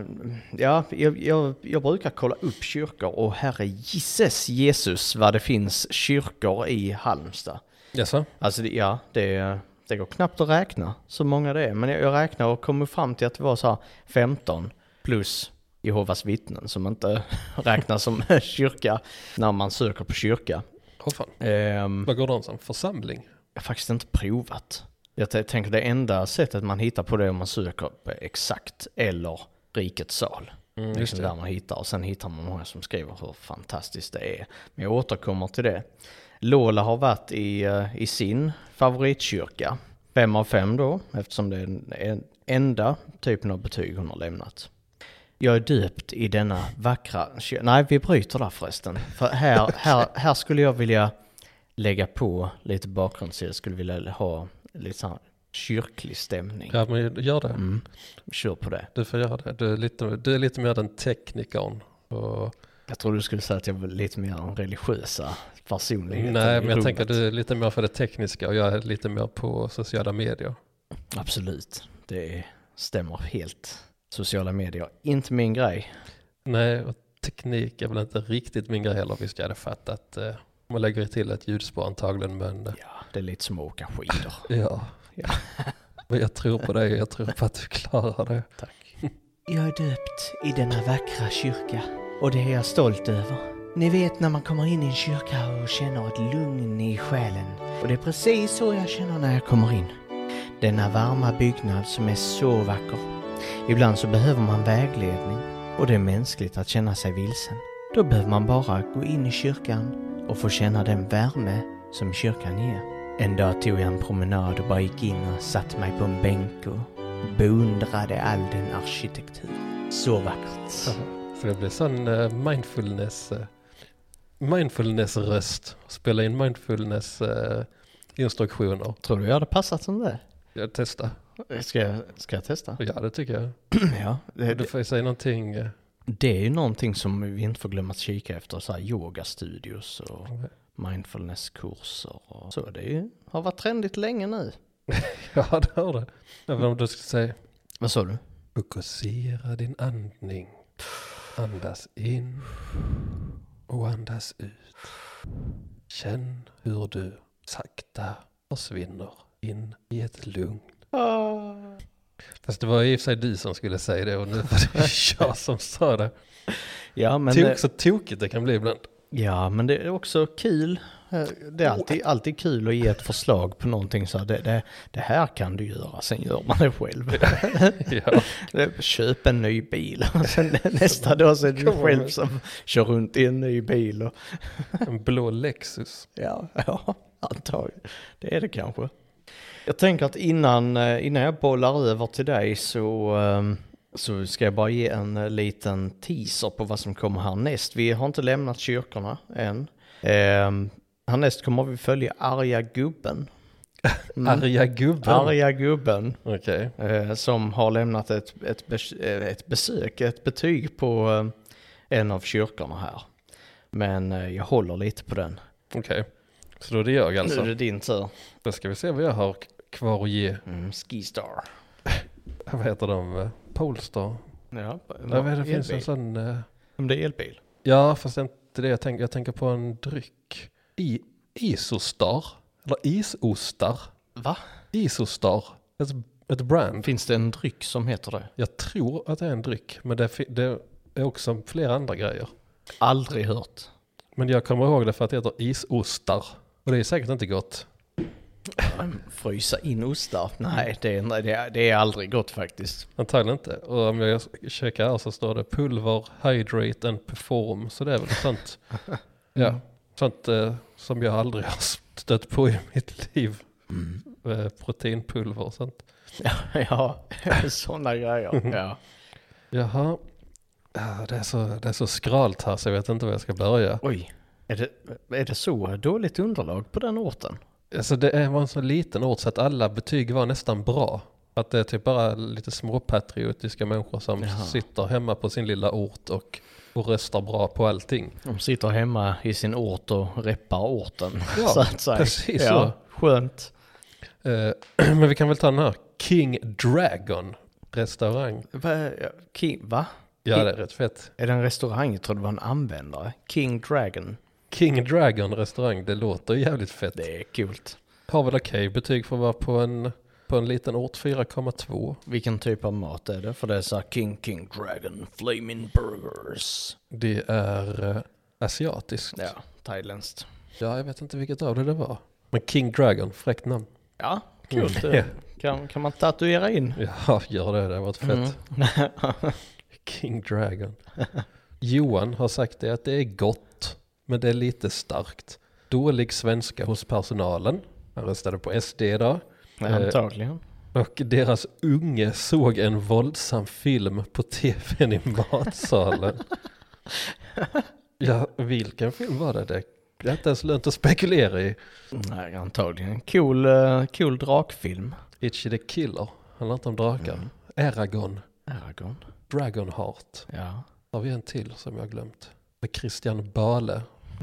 jag brukar kolla upp kyrkor och herre Jesus vad det finns kyrkor i Halmstad. Jaså? Alltså det går knappt att räkna så många det är, men jag räknar och kommer fram till att det var så här 15 plus Jehovas vittnen som inte räknas som kyrka när man söker på kyrka. Vad går det som? Församling? Jag har faktiskt inte provat. Jag tänker det enda sättet man hittar på det är om man söker på exakt eller rikets sal. Liksom där man hittar, och sen hittar man många som skriver hur fantastiskt det är. Men jag återkommer till det. Lola har varit i sin favoritkyrka. 5 av 5 då, eftersom det är den enda typen av betyg hon har lämnat. Jag är döpt i denna vackra kyrka. Nej, vi bryter där förresten. För här skulle jag vilja lägga på lite bakgrund, så jag skulle vilja ha lite sån kyrklig stämning. Ja, men gör det. Kör på det. Du får göra det. Du är lite mer den teknikern. Och... Jag tror du skulle säga att jag var lite mer en religiösa personlighet. Nej, men jag tänker att du är lite mer för det tekniska och jag är lite mer på sociala medier. Absolut, det stämmer helt. Sociala medier, inte min grej. Nej, och teknik är väl inte riktigt min grej heller, visst jag hade fattat. Man lägger till ett ljudspår antagligen, men... Ja, det är lite som att åka skidor. Ja. Men jag tror på dig, jag tror på att du klarar det. Tack. Jag är döpt i denna vackra kyrka och det är jag stolt över. Ni vet när man kommer in i en kyrka och känner ett lugn i själen. Och det är precis så jag känner när jag kommer in. Denna varma byggnad som är så vacker. Ibland så behöver man vägledning och det är mänskligt att känna sig vilsen. Då behöver man bara gå in i kyrkan och få känna den värme som kyrkan ger. En dag tog jag en promenad och bara gick in och satt mig på en bänk och beundrade all den arkitektur. Så vackert. Så det blir sån mindfulness-röst. Spela in mindfulness-instruktioner. Tror du jag hade passat som det? Jag testar. Ska jag testa? Ja, det tycker jag. Ja, du får säga någonting. Det är ju någonting som vi inte får glömma att kika efter. Så här yogastudios och mindfulnesskurser och så. Det har varit trendigt länge nu. Ja, det har det. Även om du ska säga... Vad sa du? Fokusera din andning. Andas in och andas ut. Känn hur du sakta försvinner in i ett lugn. Fast det var i och för sig du som skulle säga det och nu var det jag som sa det. Ja, men det är också tokigt det kan bli ibland. Ja, men det är också kul. Det är alltid kul att ge ett förslag på någonting så det här kan du göra, sen gör man det själv. Ja. Köp en ny bil och sen nästa dag så är det du själv som kör runt i en ny bil. Och en blå Lexus. Ja, antagligen. Det är det kanske. Jag tänker att innan jag bollar över till dig så ska jag bara ge en liten teaser på vad som kommer härnäst. Vi har inte lämnat kyrkorna än. Härnäst kommer vi följa Arga gubben. Arga gubben? Arga gubben. Okej. Som har lämnat ett betyg på en av kyrkorna här. Men jag håller lite på den. Okej. Så då är det jag alltså. Nu är det din tur. Då ska vi se vad jag har kvar att ge. Skistar. Vad heter de? Polestar? Ja, det finns en sån... Om det är elbil? Ja, fast det är inte det jag tänker på en dryck. Isostar? Eller isostar? Va? Isostar. Ett brand. Finns det en dryck som heter det? Jag tror att det är en dryck. Men det är också flera andra grejer. Aldrig hört. Men jag kommer ihåg det för att det heter isostar. Och det är säkert inte gott. Frysa in ostar? Nej, det är aldrig gott faktiskt. Antagligen inte. Och om jag checkar här så står det pulver, hydrate and perform. Så det är väl sånt. Ja, sånt som jag aldrig har stött på i mitt liv. Proteinpulver och sånt. Ja, sådana grejer. Ja. Jaha. Ja, det är så skralt här så jag vet inte var jag ska börja. Oj, är det så dåligt underlag på den orten? Alltså det var en så liten ort så att alla betyg var nästan bra. Att det är typ bara lite småpatriotiska människor som sitter hemma på sin lilla ort och röstar bra på allting. De sitter hemma i sin ort och reppar orten. Ja, så att säga. Precis ja, så. Skönt. Men vi kan väl ta den här King Dragon restaurang. Va? Ja, det är rätt fett. Är det en restaurang? Jag tror det var en användare. King Dragon. King Dragon restaurang, det låter jävligt fett. Det är kul. Har väl okej betyg för att vara på en liten ort, 4,2. Vilken typ av mat är det? För det är så här King Dragon Flaming Burgers. Det är asiatiskt. Ja, thailändskt. Ja, jag vet inte vilket av det var. Men King Dragon, fräckt namn. Ja, kul. Kan man tatuera in? Ja, gör det. Det var ett fett. King Dragon. Johan har sagt det att det är gott, men det är lite starkt. Dålig svenska hos personalen. Han röstade på SD idag. Antagligen. Och deras unge såg en våldsam film på tvn i matsalen. Ja, vilken film var det? Det är inte ens lönt att spekulera i. Nej, antagligen. Cool drakfilm. Itchy the Killer. Handlar inte om drakar. Eragon. Dragonheart. Ja. Har vi en till som jag har glömt. Med Christian Bale.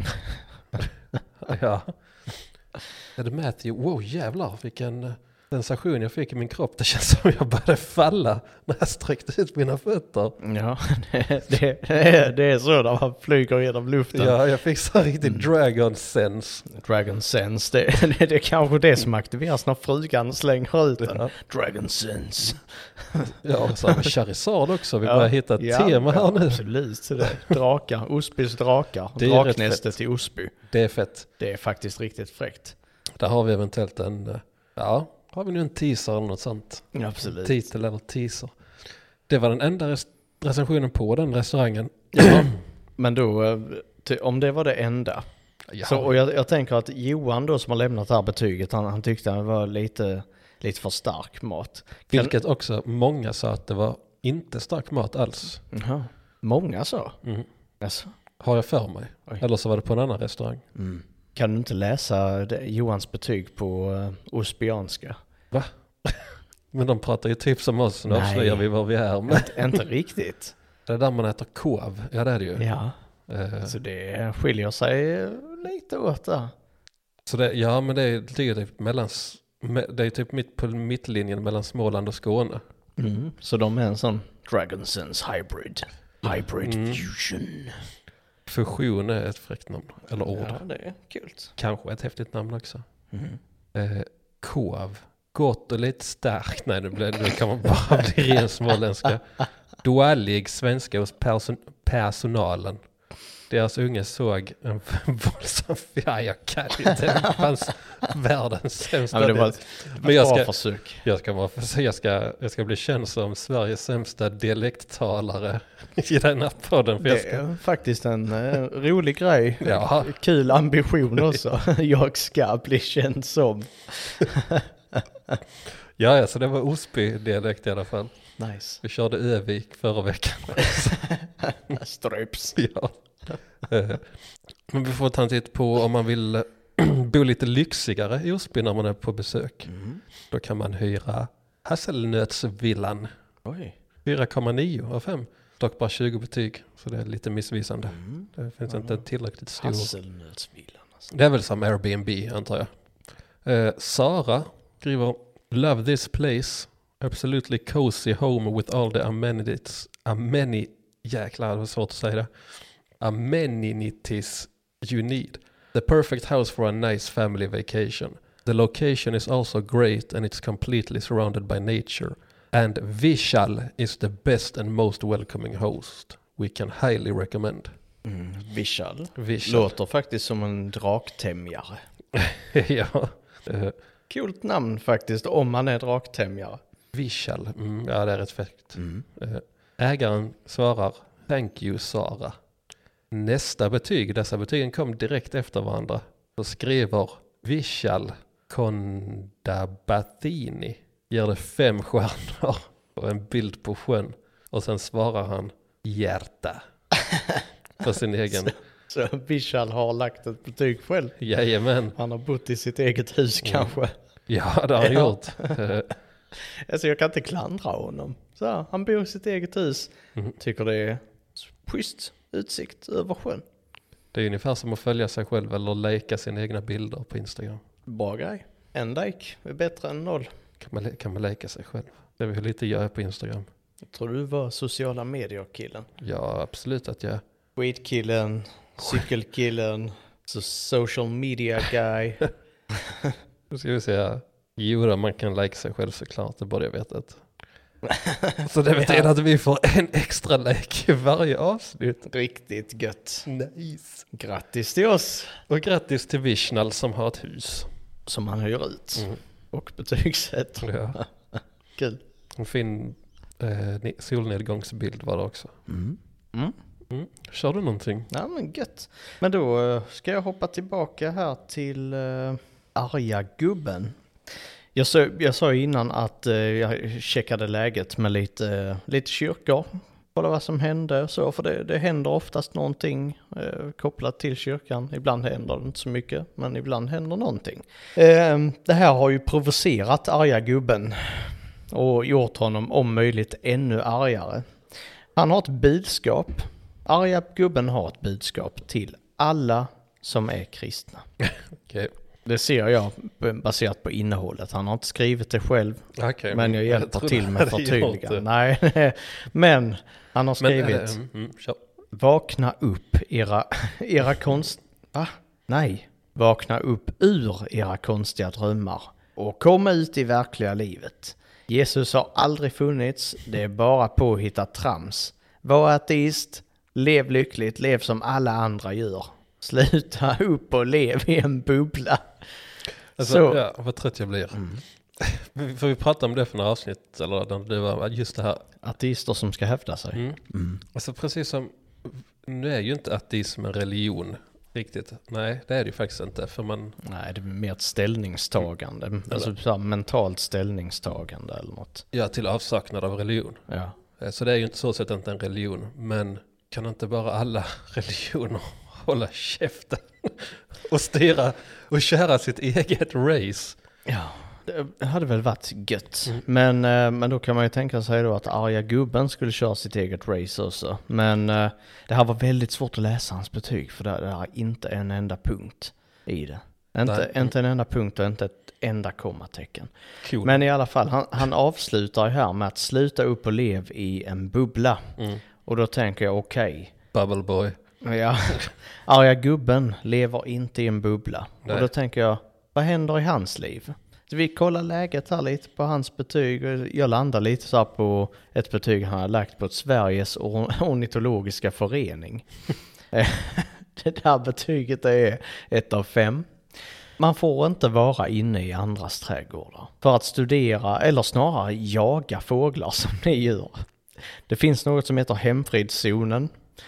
Ja. Är det Matthew? Wow, jävlar vilken sensation jag fick i min kropp. Det känns som jag började falla när jag sträckte ut mina fötter. Ja, det är så när man flyger genom luften. Ja, jag fick så riktigt Dragon Sense. Dragon Sense, det är kanske det som aktiveras när frugan slänger ut den. Ja. Dragon Sense. Ja, och så har vi Charizard också. Vi börjar hitta ett tema här nu. Absolut, så det är drakar, Osbys drakar. Det är Draknästet i Osby. Det är fett. Det är faktiskt riktigt fräckt. Där har vi eventuellt har vi nu en teaser eller något sånt? Absolut. Titel eller teaser. Det var den enda recensionen på den restaurangen. Ja, men då, om det var det enda. Ja. Så, och jag tänker att Johan då som har lämnat det här betyget, han tyckte att det var lite för stark mat. Vilket också många sa att det var inte stark mat alls. Jaha. Många sa? Yes. Har jag för mig. Oj. Eller så var det på en annan restaurang. Kan du inte läsa Johans betyg på osbianska? Va? Men de pratar ju typ som oss. Nu avslöjar vi var vi är. Men inte riktigt. det är där man äter kov. Ja, det är det ju. Ja. Så det skiljer sig lite åt där. Så men det är typ mitt på mittlinjen mellan Småland och Skåne. Så de är en sån Dragon Sense Hybrid Fusion. Fusion är ett fräckt namn. Eller ord. Ja, det är kul. Kanske ett häftigt namn också. Kov. Gott och lite starkt. Nej, nu kan man bara bli ren småländska. Dålig svenska hos personalen. Deras unge såg en våldsam... Ja, jag kan inte. Det fanns världens sämsta. Ja, det var ett bra försök. Jag ska bli känd som Sveriges sämsta dialekttalare i den här podden. Det är faktiskt en rolig grej. Ja. Kul ambition också. Jag ska bli känd som... Ja, så det var Osby-dialekt i alla fall. Nice. Vi körde Övik förra veckan. Ströps. Ja. Men vi får ta en titt på om man vill bo lite lyxigare i Osby när man är på besök. Då kan man hyra Hasselnötsvillan. Oj. 4,9 av 5. Dock bara 20 betyg, så det är lite missvisande. Det finns inte tillräckligt stor. Hasselnötsvillan. Alltså. Det är väl som Airbnb, antar jag. Sara skriver: Love this place. Absolutely cozy home with all the amenities. Jäklar, det var svårt att säga det. Amenities you need. The perfect house for a nice family vacation. The location is also great and it's completely surrounded by nature. And Vishal is the best and most welcoming host. We can highly recommend. Vishal. Låter faktiskt som en draktämjare. Ja. Coolt namn faktiskt, om man är draktämjare. Vishal, ja det är rätt fräckt. Ägaren svarar, thank you Sara. Nästa betyg, dessa betygen kom direkt efter varandra. Så skriver Vishal Kondabathini, ger det 5 stjärnor och en bild på sjön. Och sen svarar han hjärta för sin egen. Så Vishal har lagt ett betyg själv. Jajamän. Han har bott i sitt eget hus kanske. Ja, det har han gjort. Alltså jag kan inte klandra honom. Så han bor i sitt eget hus. Tycker det är schysst utsikt över sjön. Det är ungefär som att följa sig själv eller lajka sina egna bilder på Instagram. Bra grej. En like är bättre än 0. Kan man lajka sig själv? Det är väl lite jag är på Instagram. Jag tror du var sociala medier-killen. Ja, absolut att jag... Skitkillen, cykelkillen, social media guy. Nu ska vi säga, jo man kan lajka sig själv såklart, det borde jag veta. Så det betyder att vi får en extra like i varje avsnitt. Riktigt gött. Nice. Grattis till oss. Och grattis till Vishnal som har ett hus. Som han hyr ut. Och betygsätter. Ja. Kul. En fin solnedgångsbild var det också. Kör du någonting? Ja men gött. Men då ska jag hoppa tillbaka här till arga gubben. Jag sa innan att jag checkade läget med lite kyrkor. Kolla vad som hände så, för det händer oftast någonting kopplat till kyrkan. Ibland händer det inte så mycket, men ibland händer någonting. Det här har ju provocerat arga gubben och gjort honom om möjligt ännu argare. Han har ett budskap. Arga gubben har ett budskap till alla som är kristna. Okay. Det ser jag baserat på innehållet. Han har inte skrivit det själv. Okay, men jag hjälper till med förtydligande. Nej, men han har skrivit vakna upp vakna upp ur era konstiga drömmar och kom ut i verkliga livet. Jesus har aldrig funnits, det är bara påhittat trams. Var ateist, lev lyckligt, lev som alla andra gör. Sluta upp och lev i en bubbla. Alltså, ja, vad trött jag blir. Får vi prata om det för några avsnitt? Eller det var just det här. Ateister som ska hävda sig. Alltså precis som, nu är ju inte ateism en religion riktigt. Nej, det är det ju faktiskt inte. För nej, det är mer ett ställningstagande. Alltså så här, mentalt ställningstagande eller något. Ja, till avsaknad av religion. Ja. Så det är ju inte så sett inte en religion. Men kan inte bara alla religioner hålla käften och styra och köra sitt eget race? Ja, det hade väl varit gött. Men då kan man ju tänka sig då att arga gubben skulle köra sitt eget race också. Men det här var väldigt svårt att läsa hans betyg, för det är inte en enda punkt i det. Inte en enda punkt och inte ett enda kommatecken. Cool. Men i alla fall, han avslutar här med att sluta upp och lev i en bubbla. Och då tänker jag okej. Bubble boy. Ja, arga gubben lever inte i en bubbla. Nej. Och då tänker jag, vad händer i hans liv? Så vi kollar läget här lite på hans betyg. Jag landar lite så här på ett betyg han har lagt på Sveriges ornitologiska förening. Det där betyget är 1 av 5. Man får inte vara inne i andras trädgårdar för att studera eller snarare jaga fåglar som ni gör. Det finns något som heter hemfridszonen.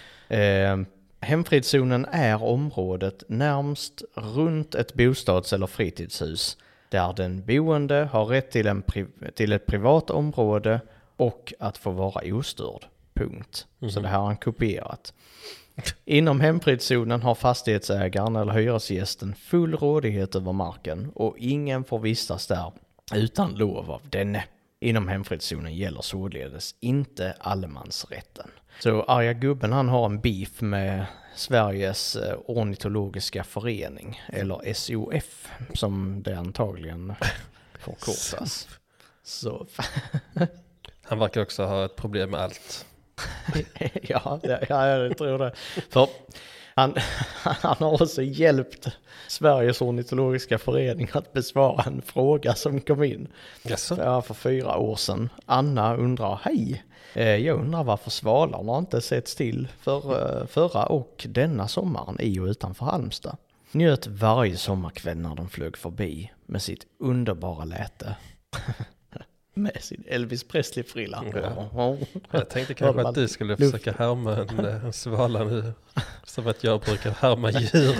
Hemfridszonen är området närmst runt ett bostads- eller fritidshus där den boende har rätt till ett privat område och att få vara ostörd. Punkt. Så det här har han kopierat. Inom hemfridszonen har fastighetsägaren eller hyresgästen full rådighet över marken och ingen får vistas där utan lov av denne. Inom hemfridszonen gäller således inte allemansrätten. Så arga gubben han har en beef med Sveriges ornitologiska förening, eller SOF som det antagligen förkortas. Så. Han verkar också ha ett problem med allt. Ja, jag tror det. För han har också hjälpt Sveriges ornitologiska förening att besvara en fråga som kom in för 4 år sedan. Anna undrar, hej, jag undrar varför svalarna inte setts till för förra och denna sommaren i och utanför Halmstad. Njöt varje sommarkväll när de flög förbi med sitt underbara läte. Med sin Elvis Presley-frilla. Ja. Jag tänkte kanske att du skulle försöka härma en svala nu. Som att jag brukar härma djur.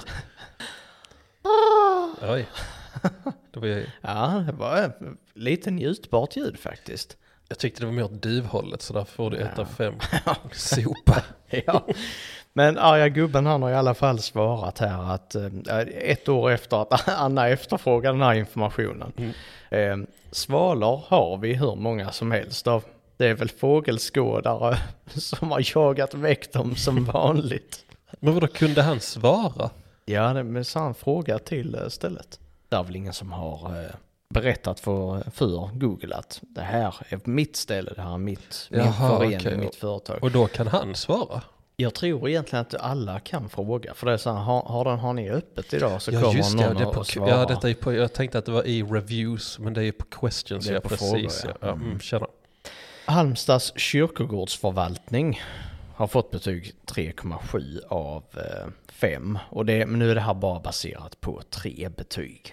Oj. Ja, det var lite njutbart ljud faktiskt. Jag tyckte det var mer åt duvhållet, så där får du 1 av 5. Sopa. Ja. Men arga gubben han har i alla fall svarat här att 1 år efter att Anna efterfrågar den här informationen. Svalor har vi hur många som helst av. Det är väl fågelskådare som har jagat väck dem som vanligt. Men vadå, kunde han svara? Ja, det är så han fråga till stället. Det är väl ingen som har berättat för Google att det här är mitt ställe, det här är min förening, okay. Mitt företag. Och då kan han svara? Jag tror egentligen att alla kan fråga. För det är så här, har ni öppet idag så ja, kommer just någon det, att svara. Ja, detta är på, jag tänkte att det var i reviews, men det är på questions. Det är på precis. Frågor, ja. Tjena. Halmstads kyrkogårdsförvaltning har fått betyg 3,7 av 5. Och nu är det här bara baserat på 3 betyg.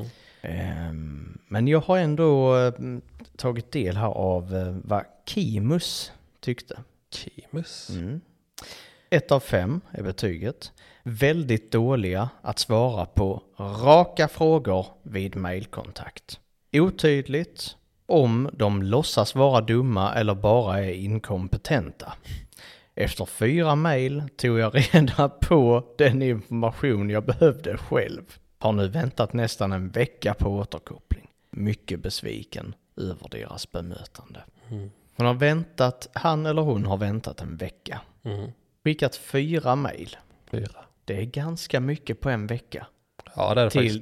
Men jag har ändå tagit del här av vad Kimus tyckte. Kimus? 1 av 5 är betyget. Väldigt dåliga att svara på raka frågor vid mejlkontakt. Otydligt om de låtsas vara dumma eller bara är inkompetenta. Efter 4 mejl tog jag reda på den information jag behövde själv. Har nu väntat nästan en vecka på återkoppling. Mycket besviken över deras bemötande. Han eller hon har väntat en vecka. Skickat 4 mejl. 4. Det är ganska mycket på en vecka. Ja, det är det faktiskt.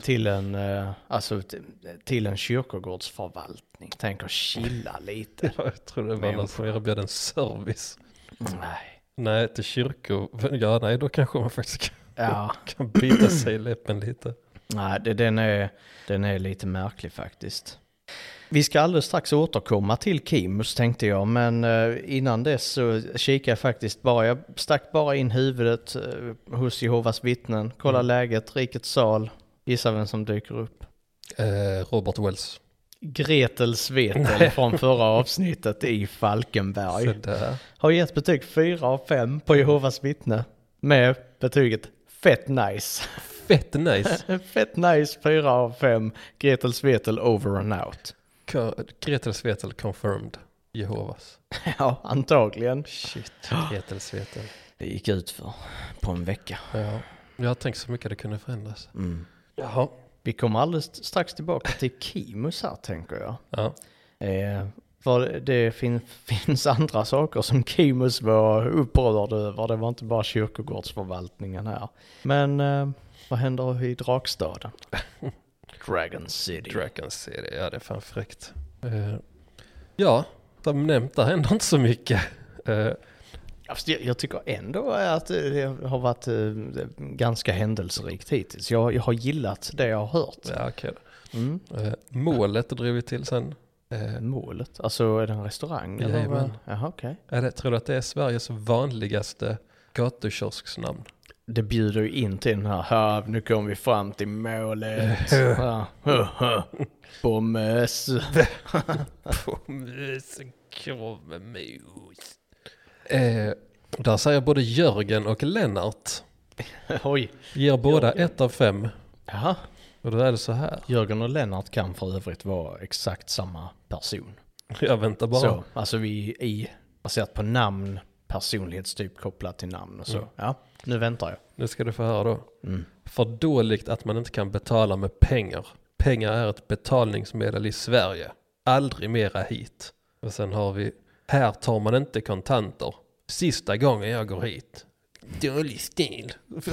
Till en kyrkogårdsförvaltning. Tänk att chilla lite. Jag tror det var någon som erbjöd en service. Nej. Nej, till kyrkor. Ja, nej, då kanske man faktiskt kan bita sig i läppen lite. Nej, den är lite märklig faktiskt. Vi ska alldeles strax återkomma till Kimus tänkte jag, men innan dess så kikar jag faktiskt jag stack bara in huvudet hos Jehovas vittnen, kolla läget, Rikets sal, gissa vem som dyker upp. Robert Wells. Gretel Svetel från förra avsnittet i Falkenberg. Har gett betyg 4 av 5 på Jehovas vittne med betyget fett nice. Fett nice? Fett nice, 4 av 5. Gretel Svetel over and out. Gretel Svetel confirmed Jehovas. Ja, antagligen. Shit, Gretel Svetel. Det gick ut för på en vecka. Ja, jag har tänkt så mycket det kunde förändras. Jaha. Vi kommer alldeles strax tillbaka till Kimus här, tänker jag. Ja. För det finns andra saker som Kimus var upprörd över. Det var inte bara kyrkogårdsförvaltningen här. Men vad händer i Drakstaden? Dragon City, ja det är fan fräckt. Ja, som nämnt, där händer inte så mycket. Jag tycker ändå att det har varit ganska händelserikt hittills. Jag har gillat det jag har hört. Ja, okej. Målet drev vi till sen. Målet? Alltså är det en restaurang? Jajamän. Jaha, okej. Tror du att det är Sveriges vanligaste gatukiosknamn? Det bjuder ju in till den här, nu kommer vi fram till målet. Pommes. Pommes, korv med mos. Där säger både Jörgen och Lennart. Oj. Ger båda 1 av 5. Jaha. Och då är det så här. Jörgen och Lennart kan för övrigt vara exakt samma person. Jag väntar bara. Så, alltså baserat på namn, personlighetstyp kopplat till namn och så. Ja, nu väntar jag. Nu ska du få höra då. För dåligt att man inte kan betala med pengar. Pengar är ett betalningsmedel i Sverige. Aldrig mera hit. Och sen har vi, här tar man inte kontanter. Sista gången jag går hit. Dålig stil.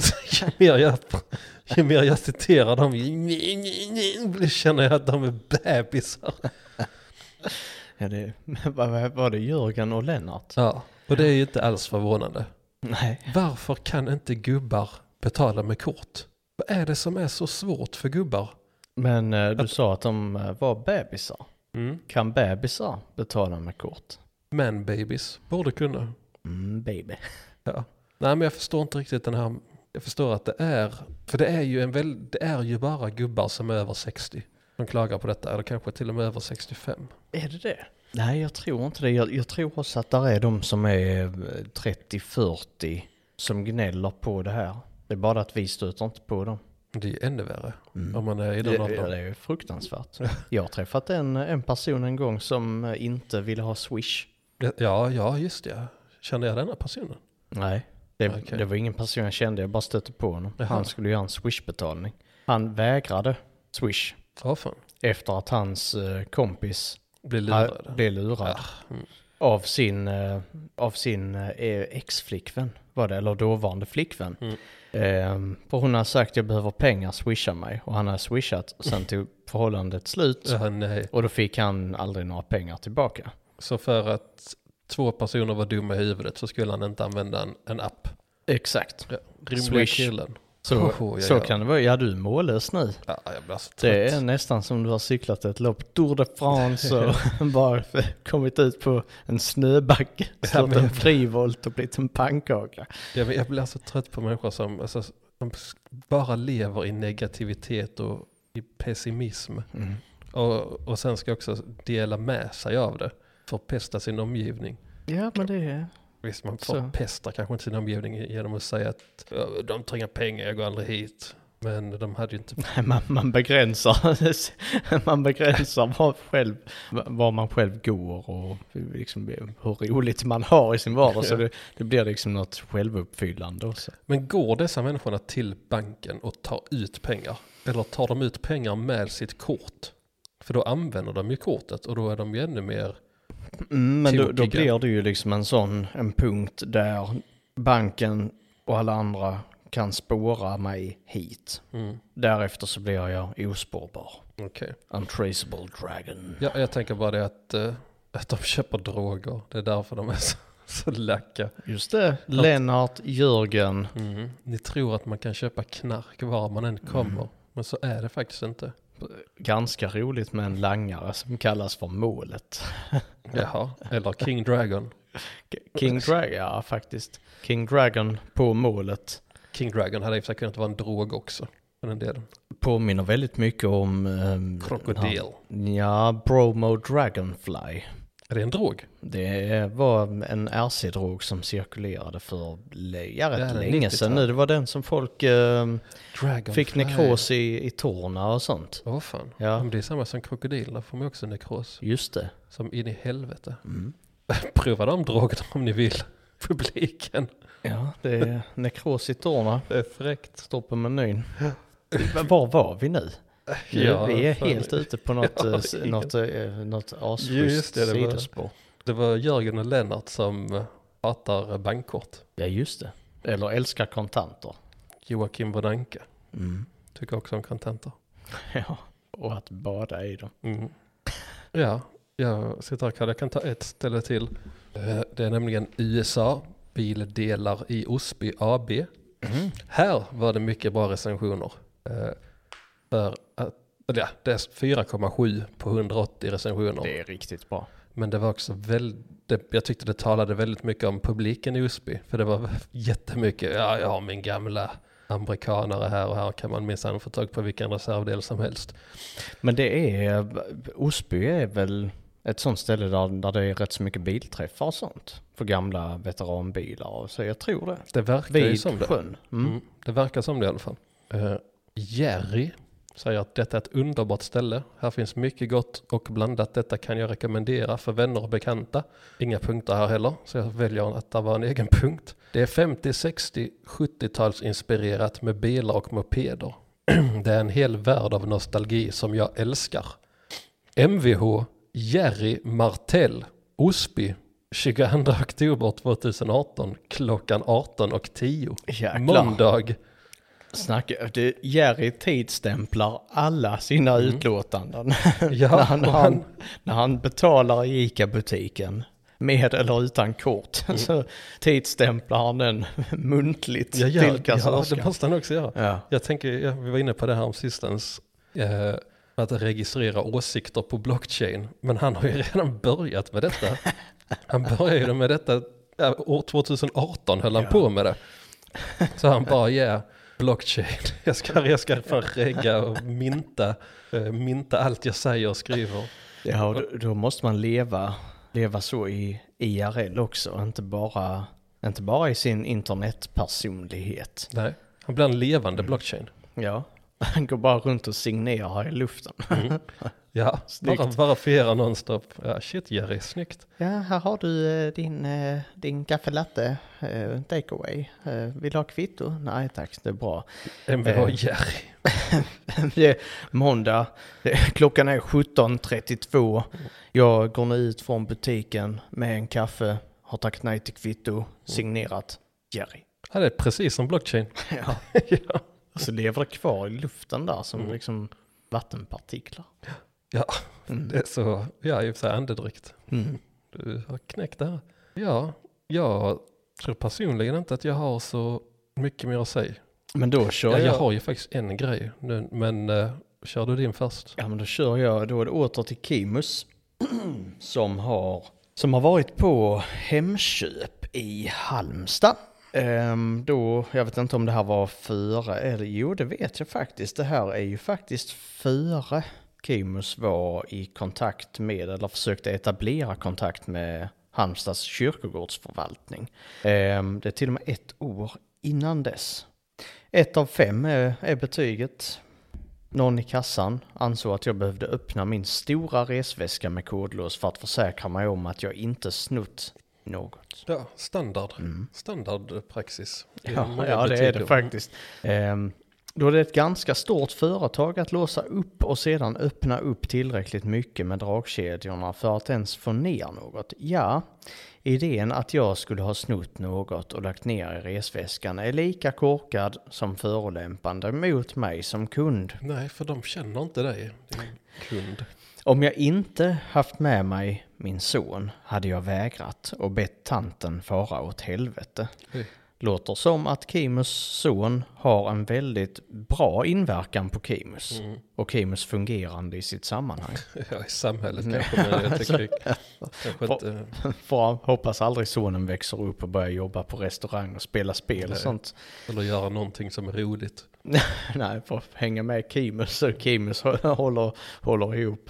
Ju mer jag citerar dem, känner jag att de är bebisar. Ja, var det Jörgen och Lennart? Ja, och det är ju inte alls förvånande. Nej. Varför kan inte gubbar betala med kort? Vad är det som är så svårt för gubbar? Men du sa att de var bebisar. Kan bebisar betala med kort? Men babies borde kunna. Baby. Ja. Nej, men jag förstår inte riktigt den här Jag förstår att det är, för det är ju bara gubbar som är över 60 som klagar på detta, eller kanske till och med över 65. Är det? Nej, jag tror inte det. Jag tror också att där är de som är 30-40 som gnäller på det här. Det är bara att vi stöter inte på dem. Det är ju ännu värre om man är i den åldern. Det är fruktansvärt. Jag har träffat en person en gång som inte ville ha Swish. Ja, just det. Kände jag denna personen? Nej, det var ingen person jag kände. Jag bara stötte på honom. Jaha. Han skulle göra en Swish-betalning. Han vägrade Swish. Fan. Efter att hans kompis Blev lurad. Av sin ex-flickvän var det, eller dåvarande flickvän. För hon har sagt jag behöver pengar, swisha mig. Och han har swishat, sen tog förhållandet slut. Nej. Och då fick han aldrig några pengar tillbaka. Så för att 2 personer var dumma i huvudet så skulle han inte använda en app. Exakt. Ja, rimliga Swish. killen. Så kan det vara. Ja, du är mållös nu. Ja, jag blir så trött. Det är nästan som du har cyklat ett lopp Tour de France och bara kommit ut på en snöbacke, slått en frivolt och blivit en pannkaka. Jag blir så trött på människor som bara lever i negativitet och i pessimism. Och sen ska också dela med sig av det för att pesta sin omgivning. Ja, men det är... Visst, man får pesta kanske inte sin omgivning genom att säga att de tar inga pengar, jag går aldrig hit. Men de hade ju inte... Nej, man begränsar var man själv går och liksom hur roligt man har i sin vardag. Så det blir liksom något självuppfyllande också. Men går dessa människorna till banken och tar ut pengar? Eller tar de ut pengar med sitt kort? För då använder de ju kortet och då är de ju ännu mer... Men då blir det ju liksom en punkt där banken och alla andra kan spåra mig hit. Därefter så blir jag ospårbar. Okay. Untraceable dragon. Ja, jag tänker bara det att de köper droger. Det är därför de är så lacka. Just det. Lennart, Jörgen. Ni tror att man kan köpa knark var man än kommer. Men så är det faktiskt inte. Ganska roligt med en langare som kallas för Målet. Jaha, eller King Dragon. King Dragon, ja faktiskt. King Dragon på Målet. King Dragon hade i och för sig kunnat vara en drog också. På den delen. Påminner väldigt mycket om... Krokodil. Ja, Bromo Dragonfly. Är det en drog? Det var en RC-drog som cirkulerade för rätt länge sedan 90-tal. nu. Det var den som folk fick nekros i tårna och sånt. Åh fan. Ja. Men det är samma som krokodil, där får man också nekros. Just det. Som in i helvete. Pröva de drogerna om ni vill. Publiken. Ja, det är nekros i tårna. Det är fräckt. Står på menyn. Var var vi nu? Ja, vi är helt ute på något asschysst sidospår. Det var Jörgen och Lennart som hatar bankkort. Ja, just det. Eller älskar kontanter. Joakim Bodanka. Tycker också om kontanter. Ja, och att bada i dem. Ja, jag sitter här. Jag kan ta ett ställe till. Det är nämligen USA. Bildelar i Osby AB. Här var det mycket bra recensioner. För att, ja, det är 4,7 på 180 recensioner. Det är riktigt bra. Men det var också jag tyckte det talade väldigt mycket om publiken i Osby. För det var jättemycket, jag har min gamla amerikanare här och här kan man minsann få tag på vilken reservdel som helst. Men Osby är väl ett sånt ställe där det är rätt så mycket bilträffar och sånt. För gamla veteranbilar. Så jag tror det. Det verkar ju som det. Sjön. Det verkar som det i alla fall. Jerry säger att detta är ett underbart ställe. Här finns mycket gott och blandat. Detta kan jag rekommendera för vänner och bekanta. Inga punkter här heller, så jag väljer att det var en egen punkt. Det är 50, 60, 70-tals inspirerat med bilar och mopeder. Det är en hel värld av nostalgi som jag älskar. MVH Jerry Martell Osby 22 oktober 2018 klockan 18:10. Jäklar. Måndag. Jerry tidstämplar alla sina utlåtanden. Ja, när han betalar i ICA-butiken med eller utan kort så tidstämplar han den muntligt till kassörskan. Ja, det måste han också göra. Ja. Jag tänker, vi var inne på det här om sistens, att registrera åsikter på blockchain. Men han har ju redan börjat med detta. Han började med detta år 2018 höll han på med det. Så han bara, blockchain. Jag ska fan regga och minta allt jag säger och skriver. Ja, och då måste man leva så i IRL också, inte bara i sin internetpersonlighet. Nej, han blir en levande blockchain. Ja, han går bara runt och signerar i luften. Mm. Ja, bara verifiera nonstop. Ja, shit Jerry, snyggt. Ja, här har du din kaffelatte, takeaway. Vill du ha kvitto? Nej tack, det är bra. Mvh Jerry. Det är måndag, klockan är 17:32. Jag går nu ut från butiken med en kaffe, har tackat nej till kvitto, signerat Jerry. Ja, det är precis som blockchain. Ja. Ja. Och så lever det kvar i luften där som liksom vattenpartiklar. Ja, det är så, i och för sig andedrygt. Mm. Du har knäckt det här. Ja, jag tror personligen inte att jag har så mycket mer att säga. Men då kör jag har ju faktiskt en grej nu, men kör du din först? Ja, men då kör jag, då är det åter till Kimus som har varit på Hemköp i Halmstad. Jag vet inte om det här var före, eller jo det vet jag faktiskt. Det här är ju faktiskt före Kimus var i kontakt med, eller försökte etablera kontakt med Halmstads kyrkogårdsförvaltning. Det är till och med 1 år innan dess. 1 av 5 är betyget. Någon i kassan ansåg att jag behövde öppna min stora resväska med kodlås för att försäkra mig om att jag inte snott något. Ja, standardpraxis. Ja, det är det faktiskt. Då är det ett ganska stort företag att låsa upp och sedan öppna upp tillräckligt mycket med dragkedjorna för att ens få ner något. Ja, idén att jag skulle ha snott något och lagt ner i resväskan är lika korkad som förolämpande mot mig som kund. Nej, för de känner inte dig, din kund. Om jag inte haft med mig min son hade jag vägrat och bett tanten fara åt helvete. Låter som att Kimus son har en väldigt bra inverkan på Kimus och Kimus fungerande i sitt sammanhang. Ja, i samhället kanske, men jag tycker kanske inte... För hoppas aldrig sonen växer upp och börjar jobba på restaurang och spela spel och sånt. Eller göra någonting som är roligt. Nej, för att hänga med Kimus så Kimus håller ihop.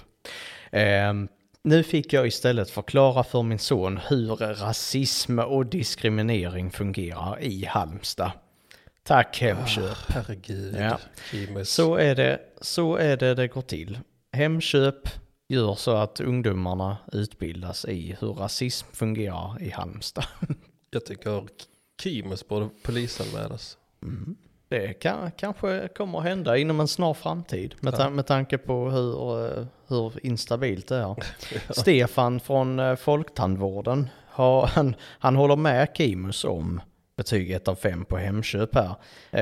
Nu fick jag istället förklara för min son hur rasism och diskriminering fungerar i Halmstad. Tack Hemköp. Herregud. Ja. Kimus. Så är det går till. Hemköp gör så att ungdomarna utbildas i hur rasism fungerar i Halmstad. Jag tycker Kimus borde polisanmälas. Det kanske kommer att hända inom en snar framtid med tanke på hur instabilt det är. Ja. Stefan från Folktandvården han håller med Kimus om betyg 1 av 5 på Hemköp här.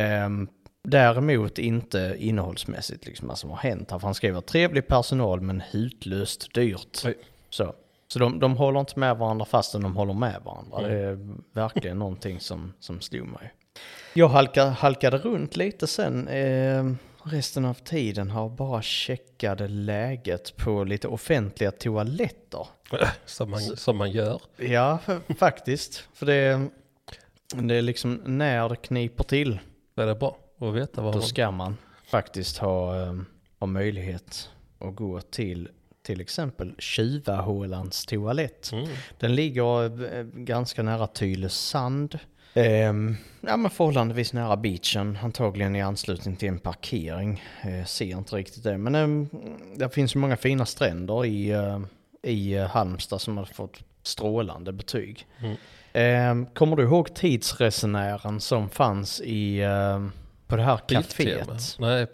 Däremot inte innehållsmässigt liksom vad som har hänt. Han skriver trevlig personal men hutlöst dyrt. Så de håller inte med varandra fastän de håller med varandra. Det är verkligen någonting som slog mig. Jag halkade runt lite sen. Resten av tiden har bara checkade läget på lite offentliga toaletter. Som man gör. Ja, faktiskt. För det är liksom när det kniper till. Det är bra att veta vad. Då ska man faktiskt ha möjlighet att gå till exempel Tjuvahålands toalett. Den ligger ganska nära Tylösand. Men förhållandevis nära beachen, antagligen i anslutning till en parkering. Ser inte riktigt det. Men det finns ju många fina stränder i Halmstad som har fått strålande betyg. Kommer du ihåg tidsresenären som fanns på det här kaféet? Nej,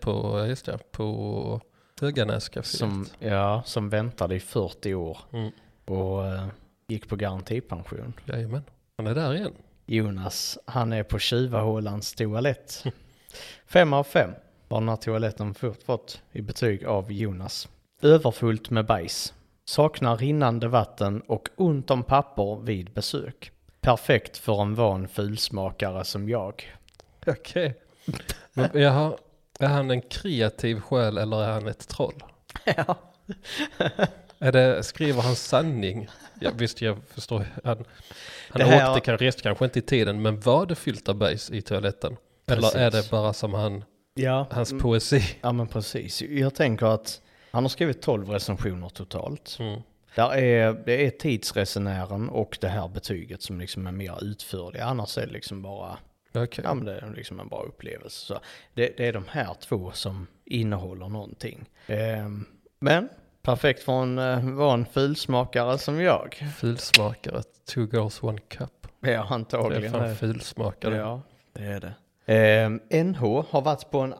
på Höganäskaféet. Som väntade i 40 år och gick på garantipension. Jajamän, han är där igen. Jonas, han är på Tjuvahålands toalett. 5 av 5 var den här toaletten fått i betyg av Jonas. Överfullt med bajs. Saknar rinnande vatten och ont om papper vid besök. Perfekt för en van fulsmakare som jag. Okej. Men är han en kreativ själ eller är han ett troll? Ja. Skriver han sanning? Ja, visst, jag förstår. Han reste kanske inte i tiden, men var det fyllt av bajs i toaletten? Precis. Eller är det bara som hans poesi? Ja, men precis. Jag tänker att han har skrivit 12 recensioner totalt. Mm. Det är tidsresenären och det här betyget som liksom är mer utförliga. Annars är det liksom bara... Okay. Ja, men det är liksom en bra upplevelse. Så det är de här 2 som innehåller någonting. Men perfekt för en fulsmakare som jag. Fulsmakare, 2 girls, 1 cup. Ja, antagligen. Det är fan fulsmakare. Ja, det är det. NH har varit på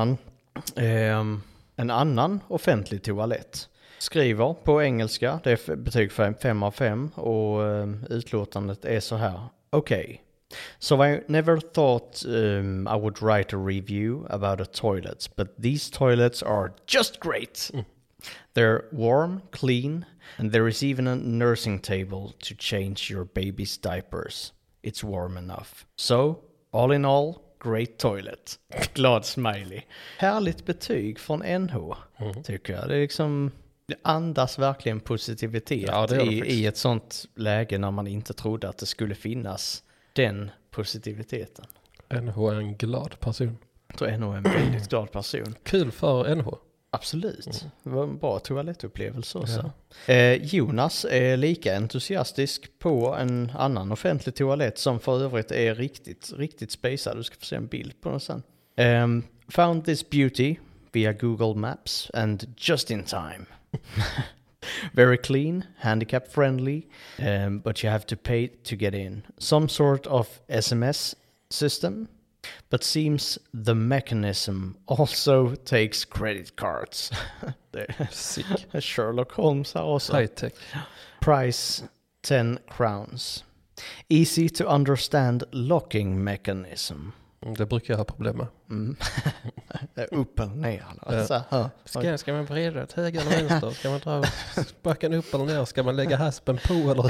en annan offentlig toalett. Skriver på engelska, det är betyg 5 av 5 och utlåtandet är så här. Okej. So I never thought I would write a review about a toilet, but these toilets are just great. They're warm, clean, and there is even a nursing table to change your baby's diapers. It's warm enough. So, all in all, great toilet. Glad smiley. Härligt betyg från NH, tycker jag. Det är liksom... Det andas verkligen positivitet i ett sånt läge när man inte trodde att det skulle finnas den positiviteten. NH är en glad person. Jag tror NH är en väldigt glad person. Kul för NH. Absolut. Det var en bra toalettupplevelse också. Jonas är lika entusiastisk på en annan offentlig toalett som för övrigt är riktigt spacad. Du ska få se en bild på den sen. Found this beauty via Google Maps and just in time. Very clean, handicap friendly, but you have to pay to get in. Some sort of SMS system, but seems the mechanism also takes credit cards. Sick. Sherlock Holmes här också. High tech. Price 10 crowns. Easy to understand locking mechanism. Det brukar jag ha problem med. Upp eller ner. Ska man vrida åt höger eller vänster? Ska man dra spaken upp eller ner? Ska man lägga haspen på eller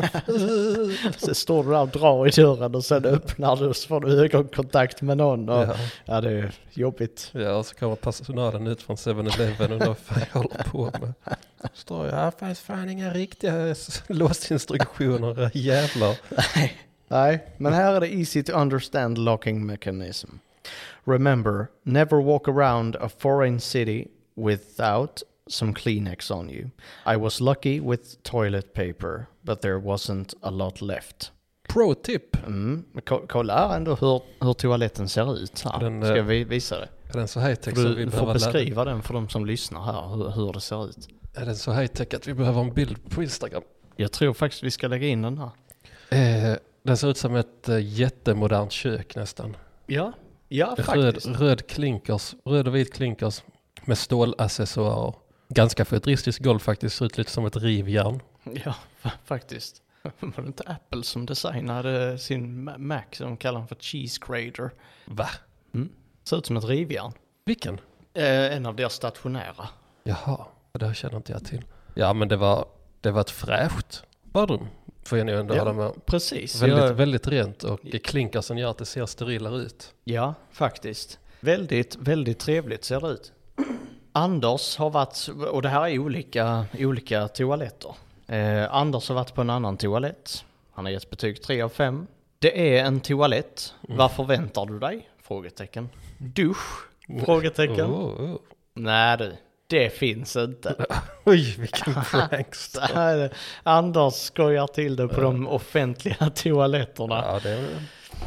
ut? Så står du där och drar i dörren och sen öppnar du så får du ögonkontakt med någon. Och, ja, det är jobbigt. Ja, och så kommer personalen ut från 7-Eleven och då fan jag håller på med. Står jag här, fanns fan inga riktiga låsinstruktioner, jävlar. Nej, men här är det easy to understand locking mechanism. Remember, never walk around a foreign city without some Kleenex on you. I was lucky with toilet paper, but there wasn't a lot left. Pro tip! Kolla ändå hur toaletten ser ut här. Ska vi visa det? Är den så high-tech du får beskriva den för de som lyssnar här, hur det ser ut. Är den så high-tech att vi behöver en bild på Instagram? Jag tror faktiskt vi ska lägga in den här. Den ser ut som ett jättemodernt kök nästan. Ja, faktiskt. Röd och vit klinkers med stålaccessoarer. Ganska futuristiskt golv faktiskt, ser ut lite som ett rivjärn. Ja, faktiskt. Var det inte Apple som designade sin Mac som kallar den för Cheese Grater? Va? Ser ut som ett rivjärn. Vilken? En av deras stationära. Jaha, det känner inte jag till. Ja, men det var ett fräscht badrum. Får jag nu ändå hålla med. Precis. Väldigt rent och klinkersen gör att det ser sterilare ut. Ja, faktiskt. Väldigt, väldigt trevligt ser det ut. Anders har varit, och det här är olika toaletter. Anders har varit på en annan toalett. Han har gett betyg 3 av 5. Det är en toalett. Vad förväntar du dig? Frågetecken. Dusch? Frågetecken. Nej du. Det finns inte. Oj, vilken prankst. Anders skojar till det på de offentliga toaletterna. Ja, det är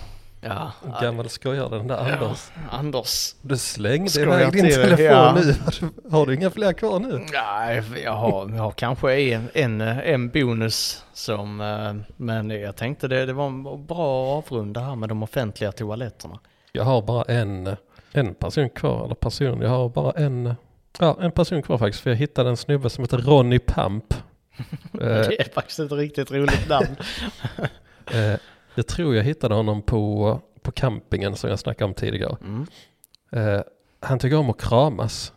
gammal skojar den där Anders. Ja, Anders. Du slängde iväg din telefon nu. Har du inga fler kvar nu? Nej, jag har kanske en bonus som... Men jag tänkte det var en bra avrunda här med de offentliga toaletterna. Jag har bara en person kvar. Eller person, jag har bara en person kvar faktiskt. För jag hittade en snubbe som heter Ronny Pamp. Det är faktiskt ett riktigt roligt namn. Jag tror jag hittade honom på campingen som jag snackade om tidigare. Han tycker om att kramas.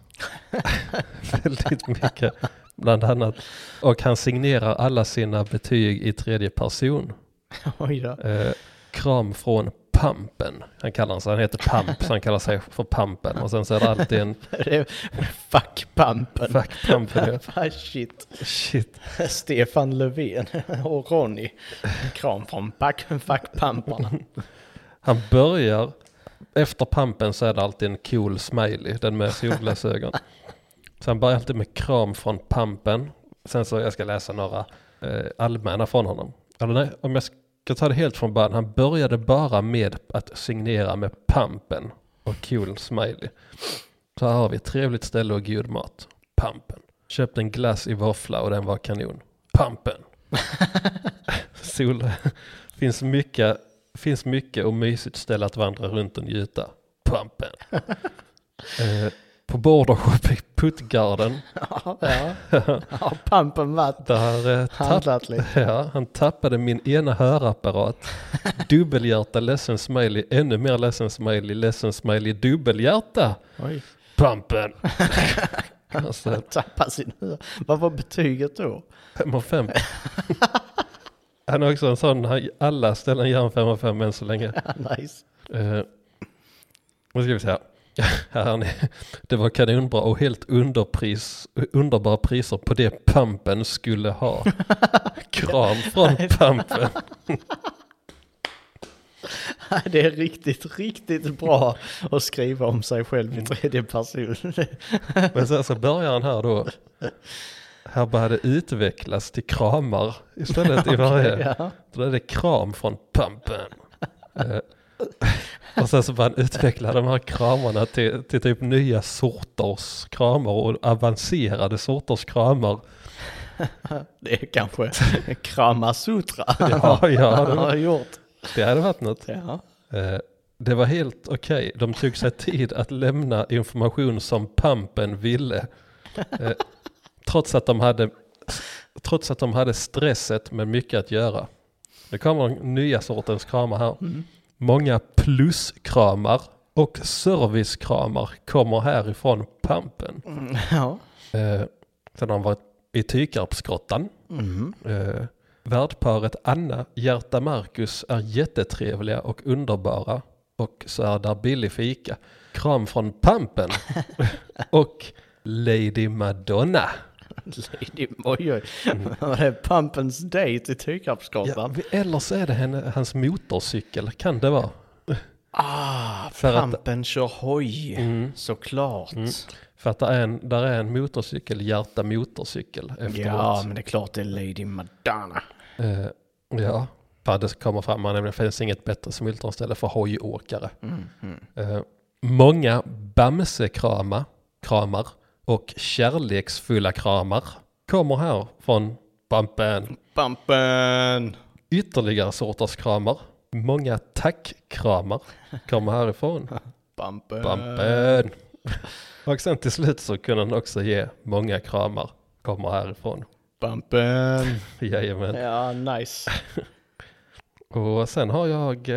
Väldigt mycket. Bland annat. Och han signerar alla sina betyg i 3:e person. Oj då. Kram från P. Pampen. Han heter Pamp, så han kallar sig för Pampen. Och sen så är det alltid en... Fuck Pampen. Fuck Pampen, ja. Shit. Stefan Löfven och Ronny. Kram från Fuck Pamparna. Han börjar... Efter Pampen så är det alltid en cool smiley. Den med solglasögon. Så han börjar alltid med kram från Pampen. Sen så jag ska läsa några allmänna från honom. Eller nej, om jag ska ta det helt från början. Han började bara med att signera med Pampen och cool smiley. Så här har vi ett trevligt ställe och god mat. Pampen. Köpte en glass i våffla och den var kanon. Pampen. Finns mycket och mysigt ställe att vandra runt och njuta. Pampen. På Border Shop i Puttgarden. Ja, Pampen vatt. Där han tappade min ena hörapparat. Dubbelhjärta, ledsen smiley, ännu mer ledsen smiley, dubbelhjärta. Oj. Pampen. Alltså. Tappa sin hör. Vad var betyget då? 5/5. Han är också en sån, alla ställen gör en 5/5 än så länge. Nice. Nu ska vi se här. Det var kanonbra och helt underbara priser på det Pampen skulle ha. Kram från Pampen. Det är riktigt bra att skriva om sig själv i tredje person. Men sen så börjar han här då. Här började utvecklas till kramar istället i varje. Ja. Då är det kram från Pampen. Och sen så började han utveckla de här kramarna till typ nya sorters kramar och avancerade sorters kramar. Det är kanske Kramasutra. Ja, det har gjort. Det hade varit något. Ja. Det var helt okej. De tog sig tid att lämna information som Pampen ville. Trots att de hade stresset med mycket att göra. Det kommer nya sortens kramar här. Mm. Många pluskramar och servicekramar kommer härifrån Pampen. Ja. Sen har han varit i Tykarpsgrottan. Värdparet Anna, Hjärta Marcus är jättetrevliga och underbara. Och så är där billig fika. Kram från Pampen. Och Lady Madonna. Oj. Det är Pampens date i Tykarpsgatan. Ja, eller så är det hans motorcykel. Kan det vara? Pampen kör hoj. Såklart. För att där är en motorcykel, Hjärta motorcykel efteråt. Ja, men det är klart det är Lady Madonna. Ja, för det kommer fram. Det finns inget bättre smultronställe för hojåkare. Många bamsekramar och kärleksfulla kramar kommer här från Pampen. Ytterligare sorters kramar. Många tackkramar kommer härifrån. Pampen. Och sen till slut så kunde han också ge många kramar kommer härifrån. Pampen. Jajamän. Ja, nice. Och sen har jag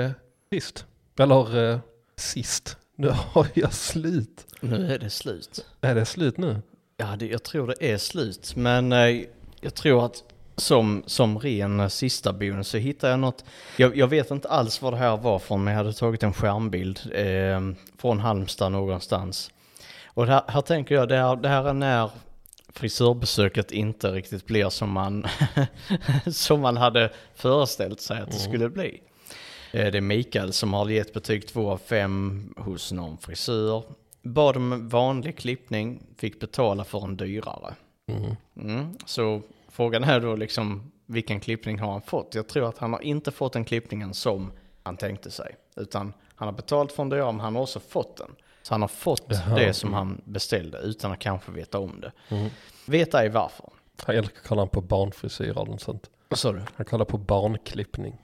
sist. Nu har jag slut. Nu är det slut. Är det slut nu? Ja, jag tror det är slut. Men jag tror att som ren sista bonus så hittar jag något. Jag vet inte alls vad det här var från, men jag hade tagit en skärmbild från Halmstad någonstans. Och här tänker jag, det här är när frisörbesöket inte riktigt blir som man hade föreställt sig att det skulle bli. Det är Mikael som har gett betyg 2/5 hos någon frisör. Bad om vanlig klippning, fick betala för en dyrare. Så frågan är då liksom, vilken klippning har han fått? Jag tror att han har inte fått den klippningen som han tänkte sig. Utan han har betalt för en dyrare, men han har också fått den. Så han har fått det som han beställde utan att kanske veta om det. Vet ej varför. Eller kollar han på barnfrisyr eller något sånt. Vad sa du? Han kollar på barnklippning.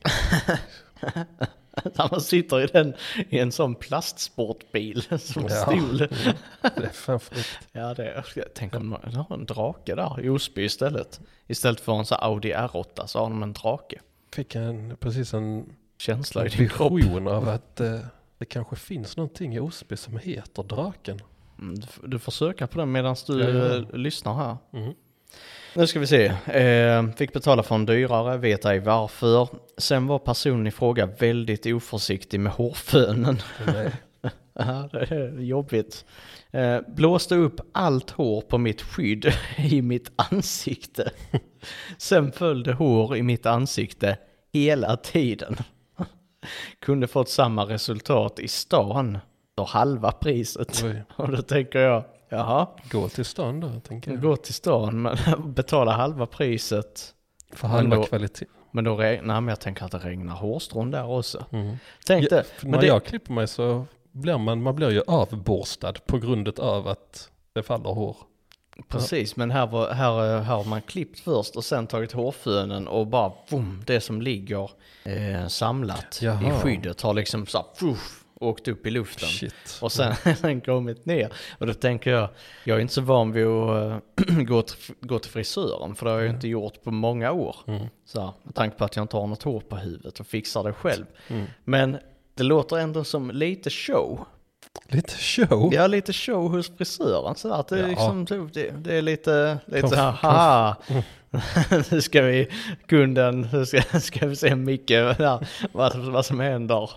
Han sitter i en sån plastsportbil som stol. Det är fan frukt. Ja, tänk om man har en drake där i Osby istället. Istället för en sån Audi R8 så har de en drake. Fick precis en känsla i din kropp av att det kanske finns någonting i Osby som heter draken. Du får söka på den medan du lyssnar här. Nu ska vi se. Fick betala för en dyrare, vet ej varför. Sen var personen i fråga väldigt oförsiktig med hårfönen. Nej. Ja, det är jobbigt. Blåste upp allt hår på mitt skydd i mitt ansikte. Sen följde hår i mitt ansikte hela tiden. Kunde fått samma resultat i stan för halva priset. Oj. Och då tänker jag, jaha. Gå till stan då, tänker jag. Gå till stan, men betala halva priset. För halva då, kvalitet. Men då men jag tänker att det regnar hårstrån där också. Ja, men när jag klipper mig så blir man blir ju avborstad på grund av att det faller hår. Precis, men här har man klippt först och sen tagit hårfönen och bara boom, det som ligger samlat i skyddet har liksom så åkt upp i luften. Shit. Och sen kommit ner. Och då tänker jag är inte så van vid att gå till frisören, för det har jag inte gjort på många år. Så med tanke på att jag inte har något hår på huvudet och fixar det själv. Men det låter ändå som lite show. Lite show? Ja, lite show hos frisören. Så att det, är liksom, det är lite så här, haha. Nu ska vi, kunden, ska vi se Micke vad som händer.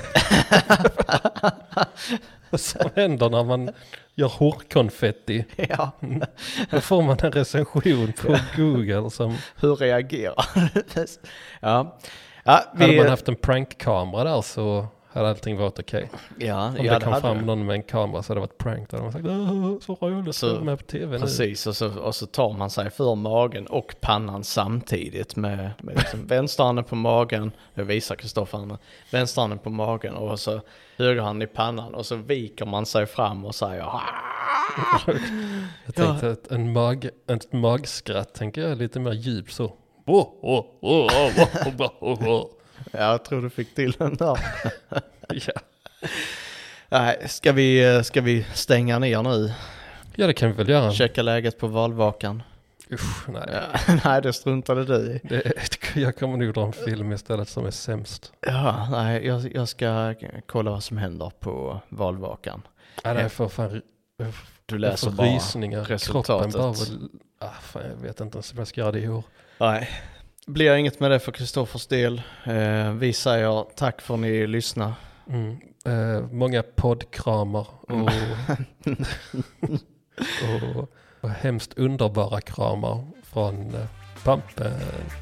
Vad som händer när man gör hårkonfetti. Ja. Då får man en recension på Google som... Hur reagerar? Ja. Hade man haft en prankkamera där så hade allting varit okej. Ja, om det kom fram någon med en kamera så hade det varit prank. Då hade man sagt, så roligt att med på tv nu. Precis, och så tar man sig för magen och pannan samtidigt med liksom vänsterhanden på magen. Jag visar Kristoffer, vänsterhanden på magen och så högerhanden i pannan och så viker man sig fram och säger Jag tänkte att ett magskratt tänker jag är lite mer djup så. Jag tror du fick till den där. Ja. Nej, ska vi stänga ner nu? Ja, det kan vi väl göra. Checka läget på valvakan. Usch, nej. Nej, det struntade du i. Jag kommer nog dra en film istället som är sämst. Ja, nej, jag ska kolla vad som händer på valvakan. Ja, det är för fan... Du läser bara rysningar. resultatet. Kroppen bara fan, jag vet inte ens om jag ska göra det i år. Nej, blir inget med det för Kristoffers del. Vi säger tack för att ni lyssnar. Många poddkramar och hemskt underbara kramar från Pampen.